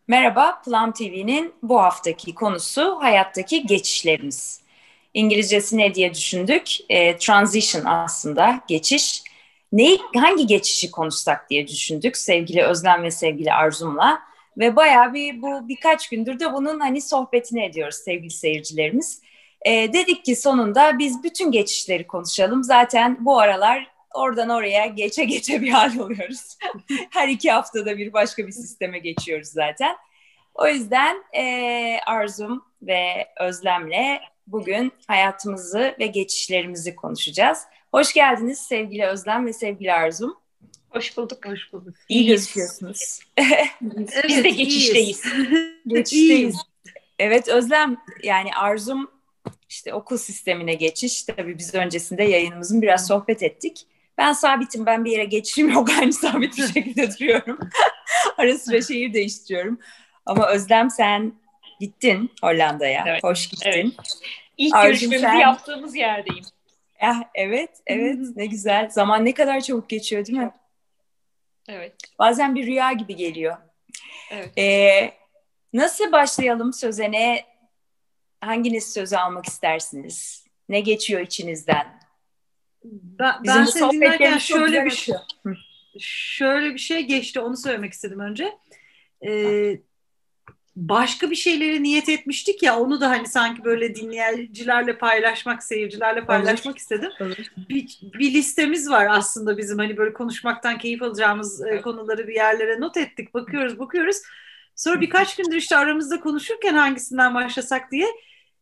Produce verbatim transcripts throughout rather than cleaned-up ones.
Merhaba, Plum T V'nin bu haftaki konusu hayattaki geçişlerimiz. İngilizcesi ne diye düşündük? E, transition aslında, geçiş. Neyi, hangi geçişi konuşsak diye düşündük sevgili Özlem ve sevgili Arzum'la. Ve bayağı bir bu birkaç gündür de bunun hani sohbetini ediyoruz sevgili seyircilerimiz. E, dedik ki sonunda biz bütün geçişleri konuşalım. Zaten bu aralar oradan oraya geçe geçe bir hal oluyoruz. Her iki haftada bir başka bir sisteme geçiyoruz zaten. O yüzden e, Arzum ve Özlem'le bugün hayatımızı ve geçişlerimizi konuşacağız. Hoş geldiniz sevgili Özlem ve sevgili Arzum. Hoş bulduk. Hoş bulduk. İyi İyiyiz. gözüküyorsunuz. Evet, Biz de geçişteyiz. Geçişteyiz. Evet Özlem, yani Arzum işte okul sistemine geçiş. Tabii biz öncesinde yayınımızın biraz sohbet ettik. Ben sabitim, ben bir yere geçişim yok. Aynı sabit bir şekilde duruyorum. Ara sıra şehir değiştiriyorum. Ama Özlem sen gittin Hollanda'ya. Evet. Hoş gittin. Evet. İlk Arzum, görüşmemizi sen... yaptığımız yerdeyim. Ah, evet, evet. Ne güzel. Zaman ne kadar çabuk geçiyor değil mi? Evet. Bazen bir rüya gibi geliyor. Evet. Ee, nasıl başlayalım söze? Ne, hanginiz sözü almak istersiniz? Ne geçiyor içinizden? Ben, Bizim ben bu seni dinlerken sohbetlerimiz çok şöyle güzel bir şey, akıyor. Hı. şöyle bir şey geçti. Onu söylemek istedim önce. Ee, başka bir şeyleri niyet etmiştik ya. Onu da hani sanki böyle dinleyicilerle paylaşmak, seyircilerle paylaşmak Olur. istedim. Olur. Bir, bir listemiz var aslında bizim hani böyle konuşmaktan keyif alacağımız e, konuları bir yerlere not ettik. Bakıyoruz, bakıyoruz. Sonra birkaç gündür işte aramızda konuşurken hangisinden başlasak diye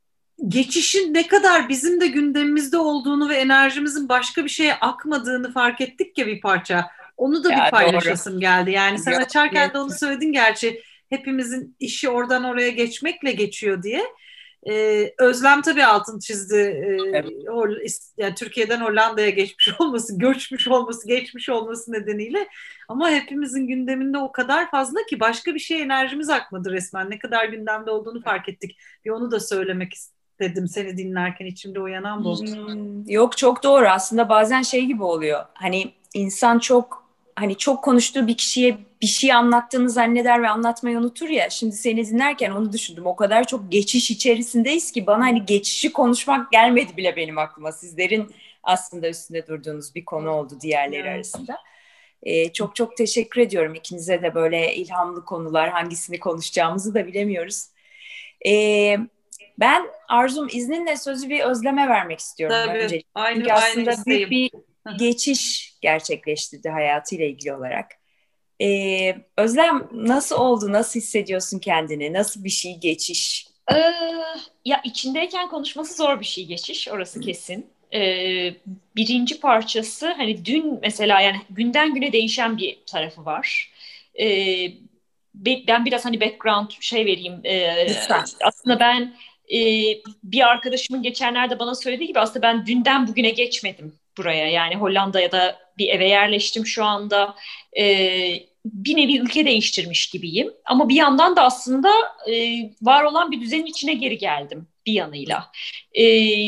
geçişin ne kadar bizim de gündemimizde olduğunu ve enerjimizin başka bir şeye akmadığını fark ettik ya bir parça. Onu da bir Ya doğru. paylaşasım geldi. Yani sen Yok, açarken yok. de onu söyledin gerçi hepimizin işi oradan oraya geçmekle geçiyor diye. Ee, Özlem tabii altını çizdi. Evet. Ee, Hol- yani Türkiye'den Hollanda'ya geçmiş olması, göçmüş olması, geçmiş olması nedeniyle. Ama hepimizin gündeminde o kadar fazla ki başka bir şeye enerjimiz akmadı resmen. Ne kadar gündemde olduğunu fark ettik. Bir onu da söylemek istedim seni dinlerken içimde uyanan bu. Hmm, yok, çok doğru. Aslında bazen şey gibi oluyor. Hani insan çok hani çok konuştuğu bir kişiye bir şey anlattığını zanneder ve anlatmayı unutur ya. Şimdi seni dinlerken onu düşündüm. O kadar çok geçiş içerisindeyiz ki bana hani geçişi konuşmak gelmedi bile benim aklıma. Sizlerin aslında üstünde durduğunuz bir konu oldu diğerleri Evet. arasında. Ee, çok çok teşekkür ediyorum ikinize de, böyle ilhamlı konular, hangisini konuşacağımızı da bilemiyoruz. Ee, Ben Arzum, izninle sözü bir Özlem'e vermek istiyorum Tabii. önce. Aynı Çünkü aynı aslında büyük isteğim. bir geçiş gerçekleştirdi hayatıyla ilgili olarak. Ee, Özlem, nasıl oldu? Nasıl hissediyorsun kendini? Nasıl bir şey geçiş? Ee, ya içindeyken konuşması zor bir şey geçiş. Orası kesin. Ee, birinci parçası hani dün mesela yani günden güne değişen bir tarafı var. Ee, ben biraz hani background şey vereyim. Ee, Lütfen. aslında ben e, bir arkadaşımın geçenlerde bana söylediği gibi aslında ben dünden bugüne geçmedim buraya. Yani Hollanda'ya da bir eve yerleştim şu anda. Ee, bir nevi ülke değiştirmiş gibiyim. Ama bir yandan da aslında e, var olan bir düzenin içine geri geldim bir yanıyla. E,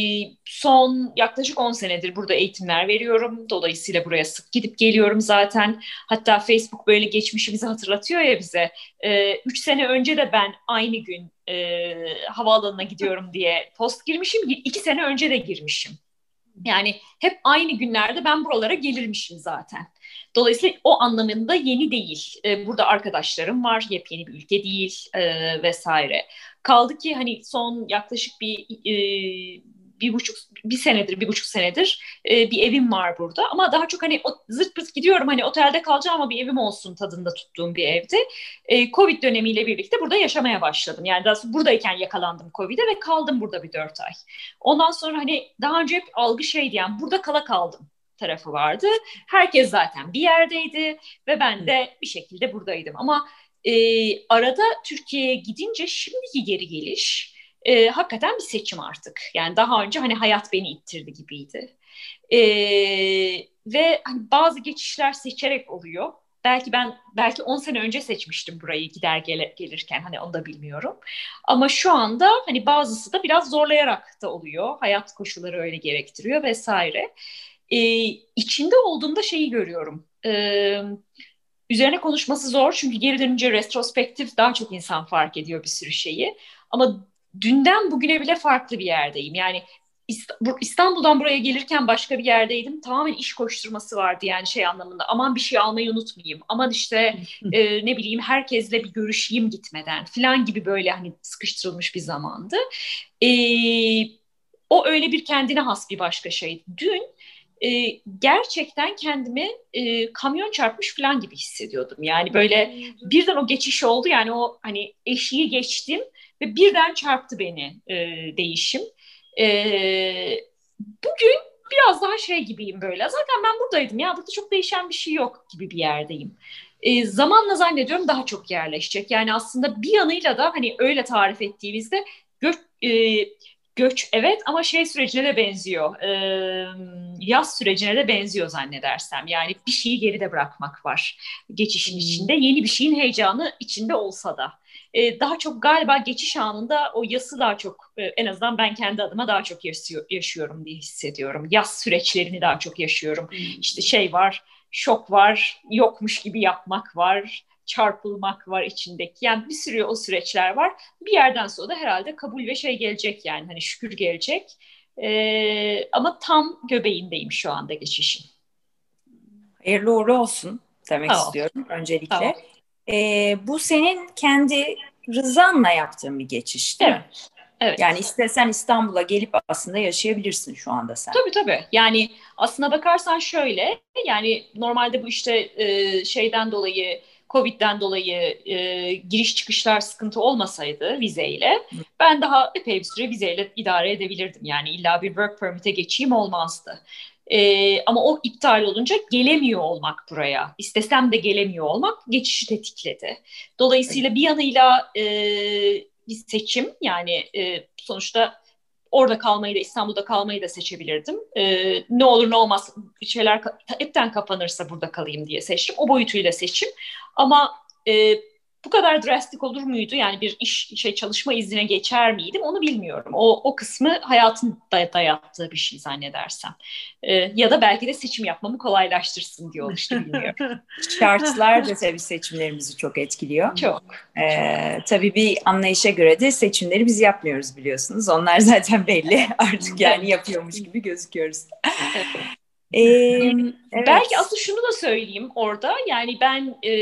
son yaklaşık on senedir burada eğitimler veriyorum. Dolayısıyla buraya sık gidip geliyorum zaten. Hatta Facebook böyle geçmişimizi hatırlatıyor ya bize. E, üç sene önce de ben aynı gün e, havaalanına gidiyorum diye post girmişim. İki sene önce de girmişim. Yani hep aynı günlerde ben buralara gelirmişim zaten. Dolayısıyla o anlamında yeni değil. Ee, burada arkadaşlarım var, yepyeni bir ülke değil e, vesaire. Kaldı ki hani son yaklaşık bir e, bir buçuk bir senedir, bir buçuk senedir e, bir evim var burada. Ama daha çok hani o, zırt pırt gidiyorum hani otelde kalacağım ama bir evim olsun tadında tuttuğum bir evde. E, Covid dönemiyle birlikte burada yaşamaya başladım. Yani daha buradayken yakalandım Covid'e ve kaldım burada bir dört ay. Ondan sonra hani daha önce hep algı şeydi yani burada kala kaldım tarafı vardı. Herkes zaten bir yerdeydi ve ben de bir şekilde buradaydım. Ama e, arada Türkiye'ye gidince şimdiki geri geliş e, hakikaten bir seçim artık. Yani daha önce hani hayat beni ittirdi gibiydi. E, ve hani bazı geçişler seçerek oluyor. Belki ben belki on sene önce seçmiştim burayı gider gel- gelirken hani onu da bilmiyorum. Ama şu anda hani bazısı da biraz zorlayarak da oluyor. Hayat koşulları öyle gerektiriyor vesaire. Ee, içinde olduğumda şeyi görüyorum. Ee, üzerine konuşması zor çünkü geri dönünce retrospektif daha çok insan fark ediyor bir sürü şeyi. Ama dünden bugüne bile farklı bir yerdeyim. Yani İstanbul'dan buraya gelirken başka bir yerdeydim. Tamamen iş koşturması vardı yani şey anlamında. Aman bir şey almayı unutmayayım. Aman işte e, ne bileyim herkesle bir görüşeyim gitmeden falan gibi böyle hani sıkıştırılmış bir zamandı. E, o öyle bir kendine has bir başka şeydi. Dün e, gerçekten kendimi e, kamyon çarpmış falan gibi hissediyordum. Yani böyle birden o geçiş oldu. Yani o hani eşiği geçtim ve birden çarptı beni e, değişim. Ee, bugün biraz daha şey gibiyim böyle. Zaten ben buradaydım ya. Burada çok değişen bir şey yok gibi bir yerdeyim. Ee, zamanla zannediyorum daha çok yerleşecek. Yani aslında bir yanıyla da hani öyle tarif ettiğimizde göç, e, göç evet ama şey sürecine de benziyor. Ee, yaz sürecine de benziyor zannedersem. Yani bir şeyi geride bırakmak var. Geçişin içinde yeni bir şeyin heyecanı içinde olsa da. Ee, daha çok galiba geçiş anında o yası daha çok e, en azından ben kendi adıma daha çok yaşıyor, yaşıyorum diye hissediyorum. Yaz süreçlerini daha çok yaşıyorum. İşte şey var, şok var, yokmuş gibi yapmak var, çarpılmak var içindeki. Yani bir sürü o süreçler var. Bir yerden sonra da herhalde kabul ve şey gelecek yani hani şükür gelecek. Ee, ama tam göbeğindeyim şu anda geçişin. Hayırlı uğurlu olsun demek Sağ ol. istiyorum öncelikle. Sağ ol. Ee, bu senin kendi rızanla yaptığın bir geçiş değil Evet. mi? Evet. Yani istesen İstanbul'a gelip aslında yaşayabilirsin şu anda sen. Tabii tabii. Yani aslına bakarsan şöyle, yani normalde bu işte e, şeyden dolayı, Covid'den dolayı e, giriş çıkışlar sıkıntı olmasaydı vizeyle, ben daha epey bir süre vizeyle idare edebilirdim. Yani illa bir work permit'e geçeyim olmazdı. E, ama o iptal olunca gelemiyor olmak buraya, istesem de gelemiyor olmak geçişi tetikledi. Dolayısıyla bir yanıyla e, bir seçim, yani e, sonuçta orada kalmayı da İstanbul'da kalmayı da seçebilirdim. Ee, ne olur ne olmaz bir şeyler ka- hepten kapanırsa burada kalayım diye seçtim. O boyutuyla seçim. Ama e, bu kadar drastik olur muydu? Yani bir iş şey çalışma iznine geçer miydim? Onu bilmiyorum. O o kısmı hayatın da dayattığı bir şey zannedersem. Ee, ya da belki de seçim yapmamı kolaylaştırsın diye oluştu bilmiyorum. Şartlar da tabii seçimlerimizi çok etkiliyor. Çok. Ee, tabii bir anlayışa göre de seçimleri biz yapmıyoruz biliyorsunuz. Onlar zaten belli. Artık yani yapıyormuş gibi gözüküyoruz. Evet. Ee, evet. Belki asıl şunu da söyleyeyim orada. Yani ben e,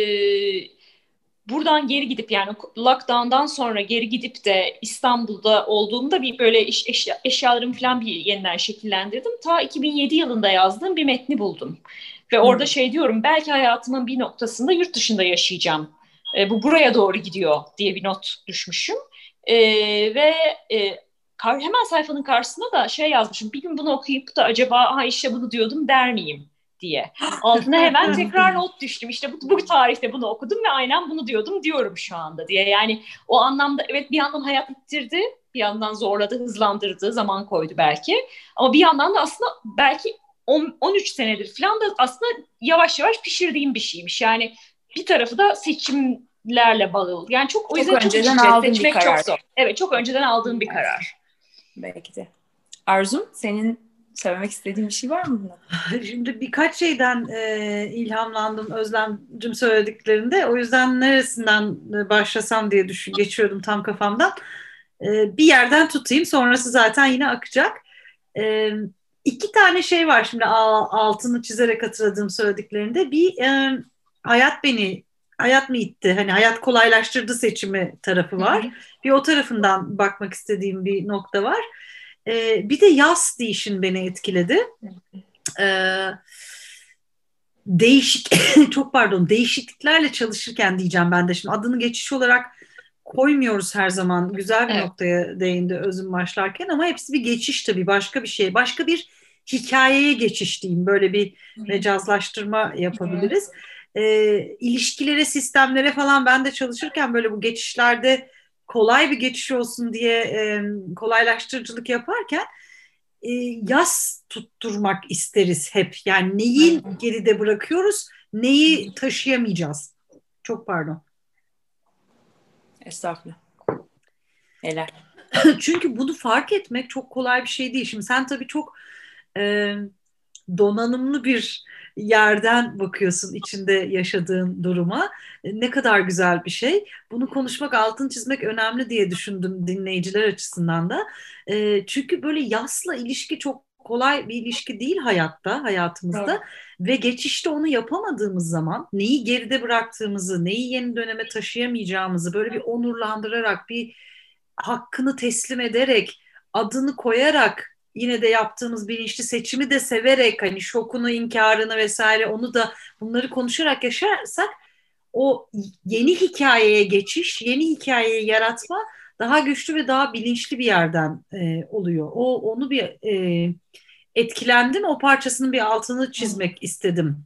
buradan geri gidip yani lockdown'dan sonra geri gidip de İstanbul'da olduğumda bir böyle iş, eşya, eşyalarımı falan bir yeniden şekillendirdim. Ta iki bin yedi yılında yazdığım bir metni buldum. Ve orada hmm. şey diyorum, belki hayatımın bir noktasında yurt dışında yaşayacağım. E, bu buraya doğru gidiyor diye bir not düşmüşüm. E, ve e, hemen sayfanın karşısına da şey yazmışım. Bir gün bunu okuyup da acaba ha işte bunu diyordum der miyim diye. Altına hemen tekrar not düştüm. İşte bu, bu tarihte bunu okudum ve aynen bunu diyordum diyorum şu anda diye. Yani o anlamda evet bir yandan hayat ittirdi, bir yandan zorladı, hızlandırdı, zaman koydu belki. Ama bir yandan da aslında belki on, on üç senedir falan da aslında yavaş yavaş pişirdiğim bir şeymiş. Yani bir tarafı da seçimlerle bağlı. Yani çok o yüzden çok, çok önceden aldığım seçmek bir karar. Çok zor. Evet, çok önceden aldığım bir karar. Belki de. Arzum, senin söylemek istediğin bir şey var mı buna? Şimdi birkaç şeyden e, ilhamlandım Özlemcim söylediklerinde. O yüzden neresinden başlasam diye düşün, geçiyordum tam kafamdan. E, bir yerden tutayım, sonrası zaten yine akacak. E, iki tane şey var şimdi altını çizerek hatırladığım söylediklerinde. Bir e, hayat beni, hayat mı itti? Hani hayat kolaylaştırdı seçimi tarafı var. Hı hı. Bir o tarafından bakmak istediğim bir nokta var. Ee, bir de yaz değişin beni etkiledi. Ee, değişik, çok pardon, değişikliklerle çalışırken diyeceğim ben de şimdi adını geçiş olarak koymuyoruz her zaman. Güzel bir evet. noktaya değindi Özüm başlarken ama hepsi bir geçiş tabii, başka bir şey. Başka bir hikayeye geçiş diyeyim. Böyle bir mecazlaştırma yapabiliriz. Ee, ilişkilere, sistemlere falan ben de çalışırken böyle bu geçişlerde kolay bir geçiş olsun diye e, kolaylaştırıcılık yaparken e, yas tutturmak isteriz hep. Yani neyi geride bırakıyoruz, neyi taşıyamayacağız. Çok pardon. Estağfurullah. Helal. Çünkü bunu fark etmek çok kolay bir şey değil. Şimdi sen tabii çok e, donanımlı bir yerden bakıyorsun içinde yaşadığın duruma. Ne kadar güzel bir şey. Bunu konuşmak, altını çizmek önemli diye düşündüm dinleyiciler açısından da. E, çünkü böyle yasla ilişki çok kolay bir ilişki değil hayatta, hayatımızda. Doğru. Ve geçişte onu yapamadığımız zaman neyi geride bıraktığımızı, neyi yeni döneme taşıyamayacağımızı böyle bir onurlandırarak, bir hakkını teslim ederek, adını koyarak, yine de yaptığımız bilinçli seçimi de severek, hani şokunu, inkarını vesaire, onu da bunları konuşarak yaşarsak o yeni hikayeye geçiş, yeni hikayeyi yaratma daha güçlü ve daha bilinçli bir yerden e, oluyor. O onu bir e, etkilendim. O parçasının bir altını çizmek istedim.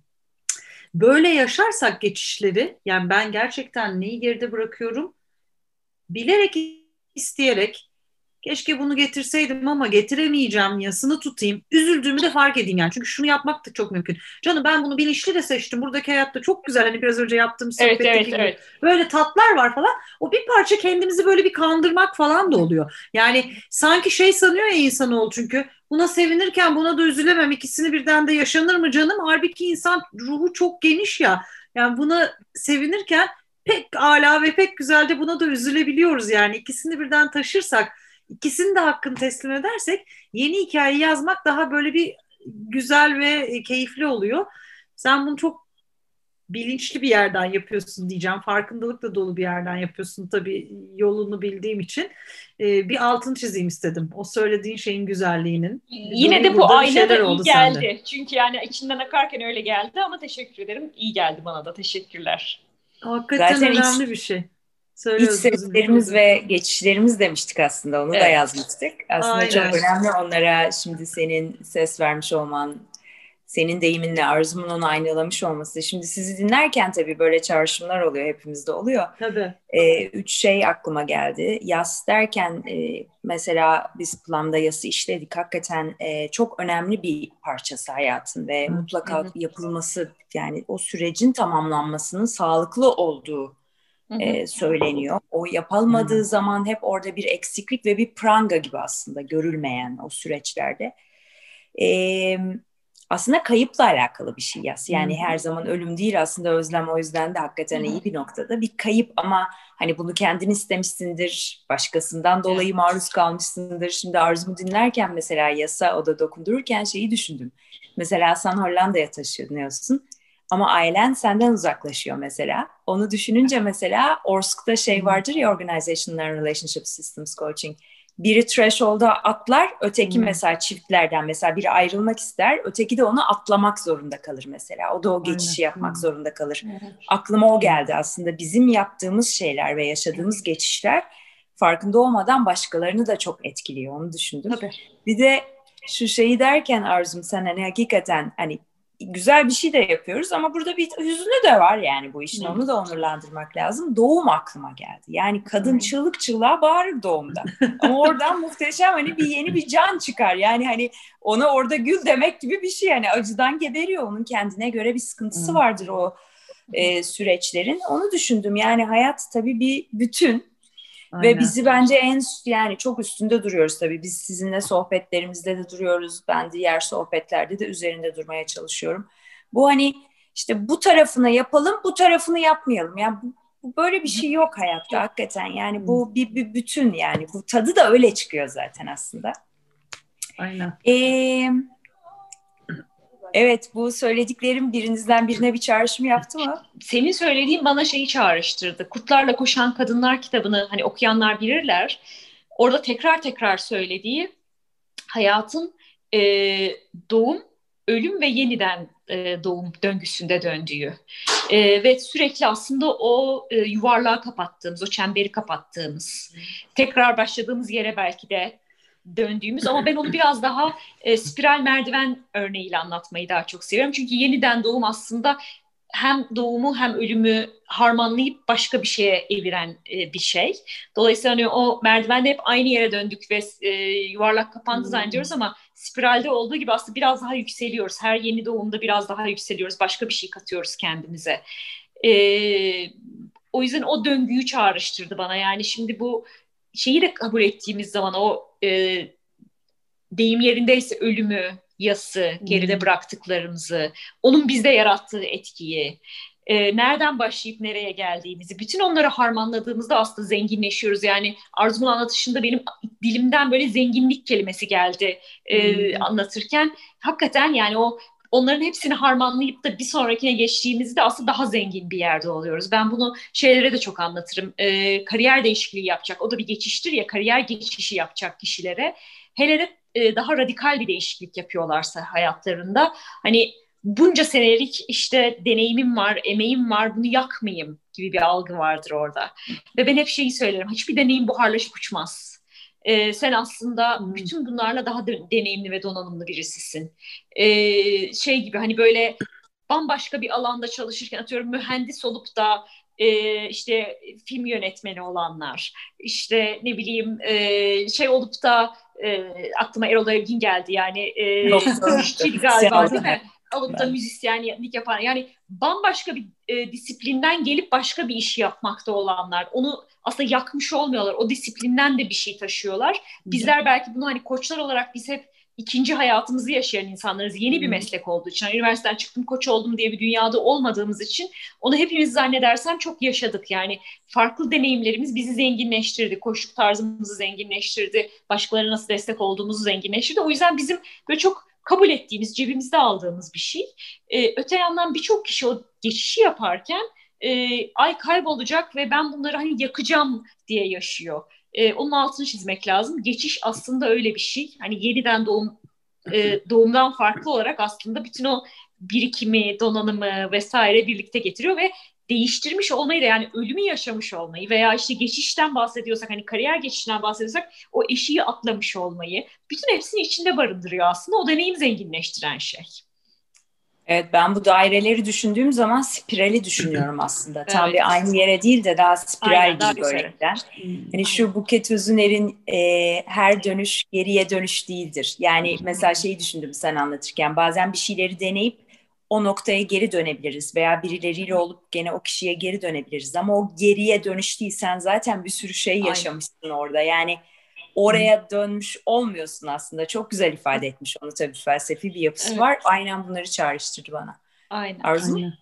Böyle yaşarsak geçişleri, yani ben gerçekten neyi geride bırakıyorum, bilerek, isteyerek, keşke bunu getirseydim ama getiremeyeceğim yasını tutayım. Üzüldüğümü de fark edeyim yani. Çünkü şunu yapmak da çok mümkün. Canım ben bunu bilinçli de seçtim. Buradaki hayatta çok güzel. Hani biraz önce yaptığım sohbetteki Evet, evet, gibi. evet. Böyle tatlar var falan. O bir parça kendimizi böyle bir kandırmak falan da oluyor. Yani sanki şey sanıyor ya insanoğlu, çünkü buna sevinirken buna da üzülemem. İkisini birden de yaşanır mı canım? Halbuki insan ruhu çok geniş ya. Yani buna sevinirken pek âlâ ve pek güzel de buna da üzülebiliyoruz yani. İkisini birden taşırsak, İkisini de hakkını teslim edersek yeni hikaye yazmak daha böyle bir güzel ve keyifli oluyor. Sen bunu çok bilinçli bir yerden yapıyorsun diyeceğim. Farkındalıkla dolu bir yerden yapıyorsun tabii, yolunu bildiğim için. Ee, bir altını çizeyim istedim. O söylediğin şeyin güzelliğinin. Yine de bu Burada bir ayna da şeyler iyi oldu geldi. sende. Çünkü yani içinden akarken öyle geldi ama teşekkür ederim. İyi geldi bana da. Teşekkürler. Hakikaten Zaten iç, önemli bir şey. Söyle iç Özgür. seslerimiz ve geçişlerimiz demiştik aslında. Onu da Evet. yazmıştık. Aslında çok Aynen. önemli onlara şimdi senin ses vermiş olman, senin deyiminle Arzu'nun onu aynalamış olması. Şimdi sizi dinlerken tabii böyle çağrışımlar oluyor, hepimizde oluyor. Tabii. Ee, üç şey aklıma geldi. Yas derken e, mesela biz Plum'da yası işledik. Hakikaten e, çok önemli bir parçası hayatın ve Hı. mutlaka Hı hı. yapılması, yani o sürecin tamamlanmasının sağlıklı olduğu Hı hı. e, söyleniyor. O yapılmadığı Aynen. zaman hep orada bir eksiklik ve bir pranga gibi aslında görülmeyen o süreçlerde. E, Aslında kayıpla alakalı bir şey yas. Yani her zaman ölüm değil aslında, Özlem o yüzden de hakikaten iyi bir noktada. Bir kayıp ama hani bunu kendin istemişsindir, başkasından dolayı maruz kalmışsındır. Şimdi Arzu'mu dinlerken mesela yasa o da dokundururken şeyi düşündüm. Mesela sen Hollanda'ya taşınıyorsun ama ailen senden uzaklaşıyor mesela. Onu düşününce mesela Orsk'ta şey vardır ya, Organizational and Relationship Systems Coaching. Biri threshold'a atlar, öteki hmm. mesela çiftlerden mesela biri ayrılmak ister, öteki de onu atlamak zorunda kalır mesela. O da o geçişi Aynen. yapmak hmm. zorunda kalır. Evet. Aklıma o geldi aslında. Bizim yaptığımız şeyler ve yaşadığımız evet. geçişler farkında olmadan başkalarını da çok etkiliyor. Onu düşündüm. Tabii. Bir de şu şeyi derken Arzum, sen hani hakikaten hani güzel bir şey de yapıyoruz ama burada bir hüznü de var yani bu işin. Hmm. Onu da onurlandırmak lazım. Doğum aklıma geldi. Yani kadın hmm. çığlık çığlığa bağırır doğumda. Ama oradan muhteşem hani bir yeni bir can çıkar. Yani hani ona orada gül demek gibi bir şey. Yani acıdan geberiyor. Onun kendine göre bir sıkıntısı hmm. vardır o e, süreçlerin. Onu düşündüm. Yani hayat tabii bir bütün. Aynen. Ve bizi bence en yani çok üstünde duruyoruz tabii. Biz sizinle sohbetlerimizde de duruyoruz. Ben diğer sohbetlerde de üzerinde durmaya çalışıyorum. Bu hani işte bu tarafını yapalım, bu tarafını yapmayalım. Yani bu, bu böyle bir şey yok hayatta hakikaten. Yani bu bir, bir bütün yani. Bu tadı da öyle çıkıyor zaten aslında. Aynen. Ee, evet, bu söylediklerim birinizden birine bir çağrışım yaptı mı? Senin söylediğin bana şeyi çağrıştırdı. Kurtlarla Koşan Kadınlar kitabını hani okuyanlar bilirler. Orada tekrar tekrar söylediği hayatın e, doğum, ölüm ve yeniden e, doğum döngüsünde döndüğü. E, ve sürekli aslında o e, yuvarlağı kapattığımız, o çemberi kapattığımız, tekrar başladığımız yere belki de döndüğümüz, ama ben onu biraz daha e, spiral merdiven örneğiyle anlatmayı daha çok seviyorum. Çünkü yeniden doğum aslında hem doğumu hem ölümü harmanlayıp başka bir şeye eviren e, bir şey. Dolayısıyla hani o merdivende hep aynı yere döndük ve e, yuvarlak kapandı hmm. zannediyoruz ama spiralde olduğu gibi aslında biraz daha yükseliyoruz. Her yeni doğumda biraz daha yükseliyoruz. Başka bir şey katıyoruz kendimize. E, o yüzden o döngüyü çağrıştırdı bana. Yani şimdi bu şeyi de kabul ettiğimiz zaman, o e, deyim yerindeyse ölümü, yası, geride bıraktıklarımızı, onun bizde yarattığı etkiyi, e, nereden başlayıp nereye geldiğimizi, bütün onları harmanladığımızda aslında zenginleşiyoruz. Yani Arzu'nun anlatışında benim dilimden böyle zenginlik kelimesi geldi e, hmm. anlatırken. Hakikaten yani o onların hepsini harmanlayıp da bir sonrakine geçtiğimizde aslında daha zengin bir yerde oluyoruz. Ben bunu şeylere de çok anlatırım. E, kariyer değişikliği yapacak, o da bir geçiştir ya, kariyer geçişi yapacak kişilere. Hele de e, daha radikal bir değişiklik yapıyorlarsa hayatlarında, hani bunca senelik işte deneyimim var, emeğim var, bunu yakmayayım gibi bir algı vardır orada. Ve ben hep şeyi söylerim, hiçbir deneyim buharlaşıp uçmaz. Ee, sen aslında hmm. bütün bunlarla daha de, deneyimli ve donanımlı birisisin. Ee, şey gibi hani böyle bambaşka bir alanda çalışırken, atıyorum mühendis olup da e, işte film yönetmeni olanlar, işte ne bileyim e, şey olup da e, aklıma Erol Evgin geldi yani e, işçiydi galiba değil mi? Alıp da müzisyenlik yapan, yani bambaşka bir e, disiplinden gelip başka bir işi yapmakta olanlar, onu aslında yakmış olmuyorlar, o disiplinden de bir şey taşıyorlar. Bizler belki bunu hani koçlar olarak biz hep ikinci hayatımızı yaşayan insanlarız, yeni bir meslek olduğu için, yani üniversiteden çıktım koç oldum diye bir dünyada olmadığımız için onu hepimiz zannedersem çok yaşadık. Yani farklı deneyimlerimiz bizi zenginleştirdi, koçluk tarzımızı zenginleştirdi, başkalarına nasıl destek olduğumuzu zenginleştirdi. O yüzden bizim böyle çok kabul ettiğimiz, cebimizde aldığımız bir şey. Ee, öte yandan birçok kişi o geçişi yaparken e, ay kaybolacak ve ben bunları hani yakacağım diye yaşıyor. E, onun altını çizmek lazım. Geçiş aslında öyle bir şey. Hani yeniden doğum e, doğumdan farklı olarak aslında bütün o birikimi, donanımı vesaire birlikte getiriyor ve değiştirmiş olmayı da, yani ölümü yaşamış olmayı veya işte geçişten bahsediyorsak, hani kariyer geçişinden bahsediyorsak o eşiği atlamış olmayı, bütün hepsini içinde barındırıyor aslında. O deneyim zenginleştiren şey. Evet, ben bu daireleri düşündüğüm zaman spirali düşünüyorum aslında. Tam evet. bir aynı yere değil de daha spiral Aynen, gibi böyle. Hani şu Buket Özüner'in e, her dönüş geriye dönüş değildir. Yani mesela şeyi düşündüm sen anlatırken, bazen bir şeyleri deneyip o noktaya geri dönebiliriz veya birileriyle olup gene o kişiye geri dönebiliriz. Ama o geriye dönüş değil, sen zaten bir sürü şey yaşamışsın Aynen. orada. Yani oraya dönmüş olmuyorsun aslında. Çok güzel ifade etmiş onu, tabii felsefi bir yapısı evet. var. Aynen bunları çağrıştırdı bana. Aynen. Arzu? Aynen.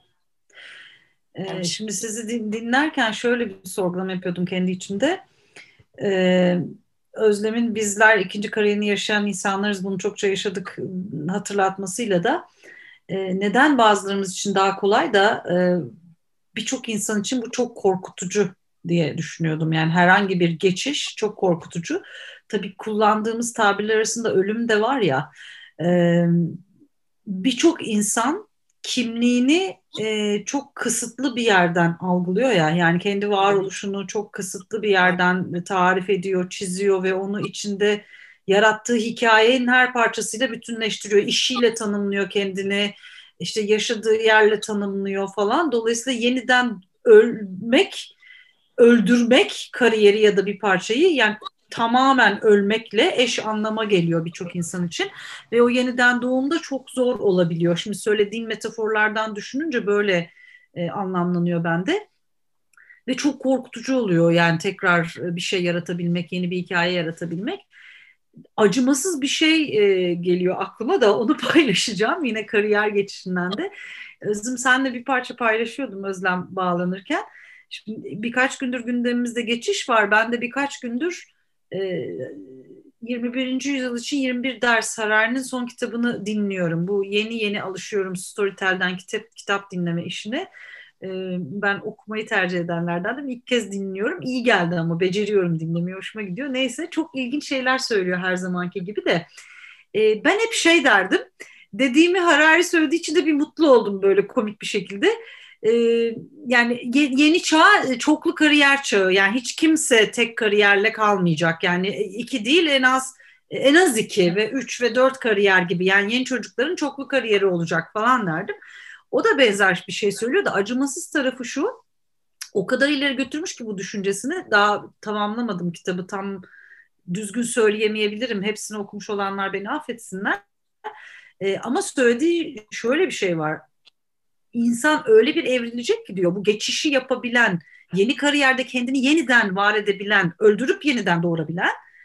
Ee, şimdi sizi dinlerken şöyle bir sorgulama yapıyordum kendi içimde. Ee, Özlem'in bizler ikinci kariyerini yaşayan insanlarız, bunu çokça yaşadık hatırlatmasıyla da e, neden bazılarımız için daha kolay da e, birçok insan için bu çok korkutucu diye düşünüyordum. Yani herhangi bir geçiş çok korkutucu. Tabii kullandığımız tabirler arasında ölüm de var ya. E, birçok insan kimliğini e, çok kısıtlı bir yerden algılıyor ya. Yani kendi varoluşunu çok kısıtlı bir yerden tarif ediyor, çiziyor ve onu içinde yarattığı hikayenin her parçasıyla bütünleştiriyor. İşiyle tanımlıyor kendini, işte yaşadığı yerle tanımlıyor falan. Dolayısıyla yeniden ölmek, öldürmek kariyeri ya da bir parçayı, yani tamamen ölmekle eş anlama geliyor birçok insan için. Ve o yeniden doğumda çok zor olabiliyor. Şimdi söylediğim metaforlardan düşününce böyle e, anlamlanıyor bende. Ve çok korkutucu oluyor yani tekrar bir şey yaratabilmek, yeni bir hikaye yaratabilmek. Acımasız bir şey e, geliyor aklıma da onu paylaşacağım yine kariyer geçişinden de. Özlem, senle bir parça paylaşıyordum Özlem bağlanırken. Şimdi birkaç gündür gündemimizde geçiş var. Ben de birkaç gündür e, yirmi birinci yüzyıl için yirmi bir ders Harari'nin son kitabını dinliyorum. Bu yeni yeni alışıyorum Storytel'den kitap, kitap dinleme işine. Ben okumayı tercih edenlerdendim. İlk kez dinliyorum. İyi geldi ama beceriyorum dinlemeyi. Hoşuma gidiyor. Neyse, çok ilginç şeyler söylüyor her zamanki gibi de. Ben hep şey derdim. Dediğimi Harari söylediği için de bir mutlu oldum böyle komik bir şekilde. Yani yeni çağ çoklu kariyer çağı. Yani hiç kimse tek kariyerle kalmayacak. Yani iki değil, en az en az iki ve üç ve dört kariyer gibi. Yani yeni çocukların çoklu kariyeri olacak falan derdim. O da benzer bir şey söylüyor da acımasız tarafı şu, o kadar ileri götürmüş ki bu düşüncesini, daha tamamlamadım kitabı, tam düzgün söyleyemeyebilirim, hepsini okumuş olanlar beni affetsinler. Ee, ama söylediği şöyle bir şey var, insan öyle bir evrilecek ki diyor, bu geçişi yapabilen, yeni kariyerde kendini yeniden var edebilen, öldürüp yeniden doğurabilen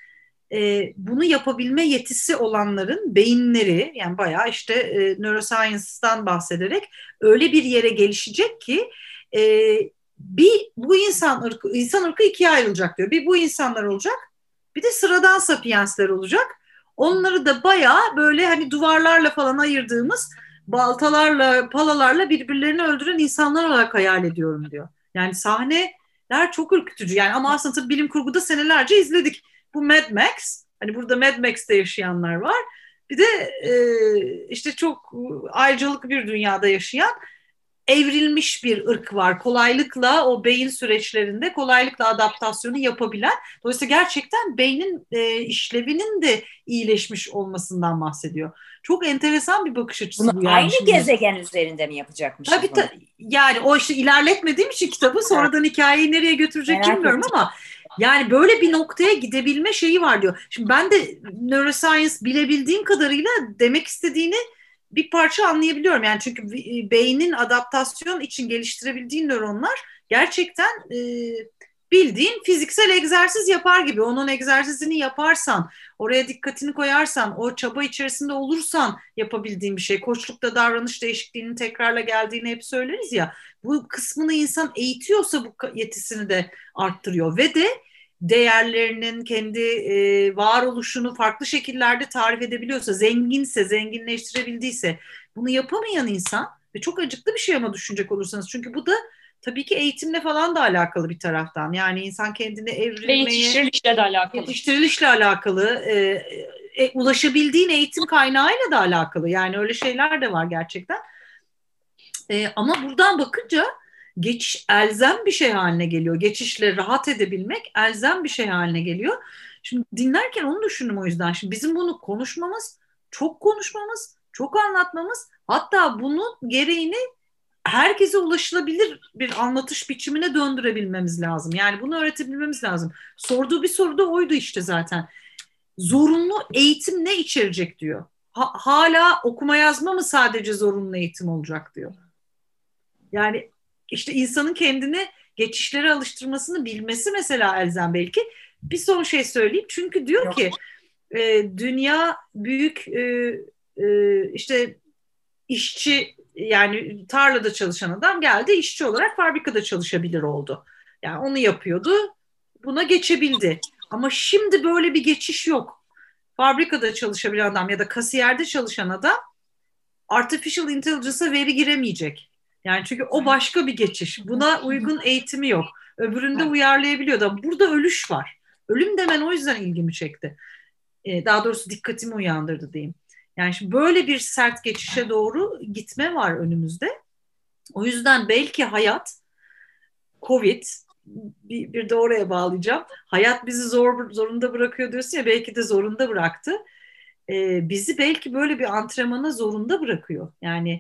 e, bunu yapabilme yetisi olanların beyinleri, yani bayağı işte e, neuroscience'dan bahsederek öyle bir yere gelişecek ki e, bir bu insan ırkı, insan ırkı ikiye ayrılacak diyor. Bir bu insanlar olacak, bir de sıradan sapiensler olacak. Onları da bayağı böyle hani duvarlarla falan ayırdığımız baltalarla, palalarla birbirlerini öldüren insanlar olarak hayal ediyorum diyor. Yani sahneler çok ürkütücü. Yani ama aslında tabii bilim kurguda senelerce izledik. Bu Mad Max, hani burada Mad Max'te yaşayanlar var. Bir de e, işte çok ayrıcalıklı bir dünyada yaşayan evrilmiş bir ırk var. Kolaylıkla o beyin süreçlerinde kolaylıkla adaptasyonu yapabilen. Dolayısıyla gerçekten beynin e, işlevinin de iyileşmiş olmasından bahsediyor. Çok enteresan bir bakış açısı Bunu bu yani. aynı Şimdi. gezegen üzerinde mi yapacakmışız Tabii bunu? ta, yani o işte ilerletmediğim için kitabı sonradan hikayeyi nereye götürecek Merak bilmiyorum ettim. ama yani böyle bir noktaya gidebilme şeyi var diyor. Şimdi ben de neuroscience bilebildiğim kadarıyla demek istediğini bir parça anlayabiliyorum. Yani çünkü beynin adaptasyon için geliştirebildiği nöronlar gerçekten e, bildiğin fiziksel egzersiz yapar gibi. Onun egzersizini yaparsan, oraya dikkatini koyarsan, o çaba içerisinde olursan yapabildiğin bir şey. Koçlukta davranış değişikliğinin tekrarla geldiğini hep söyleriz ya. Bu kısmını insan eğitiyorsa bu yetisini de arttırıyor ve de değerlerinin kendi e, varoluşunu farklı şekillerde tarif edebiliyorsa, zenginse, zenginleştirebildiyse bunu yapamayan insan ve çok acıklı bir şey ama düşünecek olursanız. Çünkü bu da tabii ki eğitimle falan da alakalı bir taraftan. Yani insan kendini evrilmeye... Ve yetiştirilişle de alakalı. Yetiştirilişle alakalı. E, e, ulaşabildiğin eğitim kaynağıyla da alakalı. Yani öyle şeyler de var gerçekten. E, ama buradan bakınca geçiş elzem bir şey haline geliyor. Geçişle rahat edebilmek elzem bir şey haline geliyor. Şimdi dinlerken onu düşündüm o yüzden. Şimdi bizim bunu konuşmamız, çok konuşmamız, çok anlatmamız, hatta bunun gereğini herkese ulaşılabilir bir anlatış biçimine döndürebilmemiz lazım. Yani bunu öğretebilmemiz lazım. Sorduğu bir soru da oydu işte zaten. Zorunlu eğitim ne içerecek diyor. Ha, hala okuma yazma mı sadece zorunlu eğitim olacak diyor. Yani işte insanın kendini geçişlere alıştırmasını bilmesi mesela elzem belki. Bir son şey söyleyeyim. Çünkü diyor Yok. ki e, dünya büyük e, e, işte işçi, yani tarlada çalışan adam geldi işçi olarak fabrikada çalışabilir oldu. Yani onu yapıyordu. Buna geçebildi. Ama şimdi böyle bir geçiş yok. Fabrikada çalışabilen adam ya da kasiyerde çalışan adam artificial intelligence'a veri giremeyecek. Yani çünkü o başka bir geçiş. Buna uygun eğitimi yok. Öbüründe uyarlayabiliyor da burada ölüş var. Ölüm demen o yüzden ilgimi çekti. Ee, daha doğrusu dikkatimi uyandırdı diyeyim. Yani şimdi böyle bir sert geçişe doğru gitme var önümüzde. O yüzden belki hayat, Covid, bir, bir de oraya bağlayacağım. Hayat bizi zor zorunda bırakıyor diyorsun ya, belki de zorunda bıraktı. Ee, bizi belki böyle bir antrenmana zorunda bırakıyor. Yani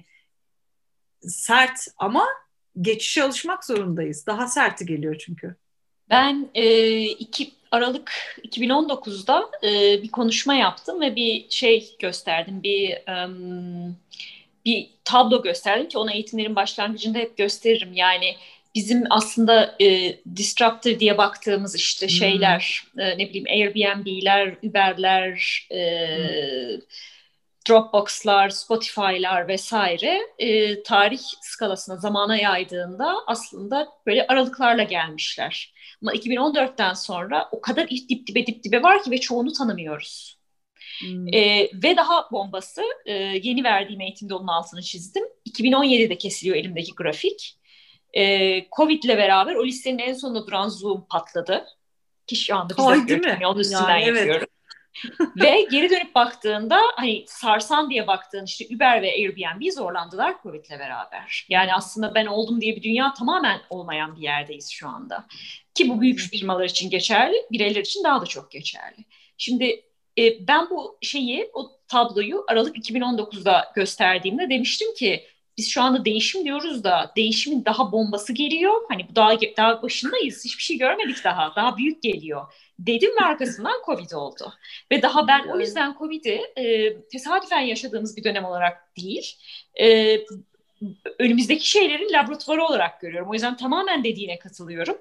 sert ama geçişe alışmak zorundayız. Daha serti geliyor çünkü. Ben e, iki, Aralık iki bin on dokuzda e, bir konuşma yaptım ve bir şey gösterdim, bir um, bir tablo gösterdim ki onu eğitimlerin başlangıcında hep gösteririm. Yani bizim aslında e, disruptor diye baktığımız işte şeyler, hmm. e, ne bileyim Airbnb'ler, Uber'ler, e, hmm. Dropbox'lar, Spotify'lar vesaire e, tarih skalasına, zamana yaydığında aslında böyle aralıklarla gelmişler. Ama iki bin on dörtten sonra o kadar dip dibe dip dibe var ki ve çoğunu tanımıyoruz. Hmm. E, ve daha bombası, e, yeni verdiğim eğitimde onun altını çizdim. iki bin on yedide kesiliyor elimdeki grafik. E, Covid'le beraber o listenin en sonunda duran Zoom patladı. Ki şu anda biz de yapıyoruz. Onun üstünden yani, yapıyorum. Evet. Ve geri dönüp baktığında hani sarsan diye baktığın işte Uber ve Airbnb zorlandılar Covid'le beraber. Yani aslında ben oldum diye bir dünya tamamen olmayan bir yerdeyiz şu anda. Ki bu büyük firmalar için geçerli, bireyler için daha da çok geçerli. Şimdi e, ben bu şeyi, o tabloyu Aralık iki bin on dokuzda gösterdiğimde demiştim ki biz şu anda değişim diyoruz da değişimin daha bombası geliyor. Hani bu daha, daha başındayız, hiçbir şey görmedik daha, daha büyük geliyor. Dedim ve arkasından Covid oldu. Ve daha ben o yüzden Covid'i e, tesadüfen yaşadığımız bir dönem olarak değil, e, önümüzdeki şeylerin laboratuvarı olarak görüyorum. O yüzden tamamen dediğine katılıyorum.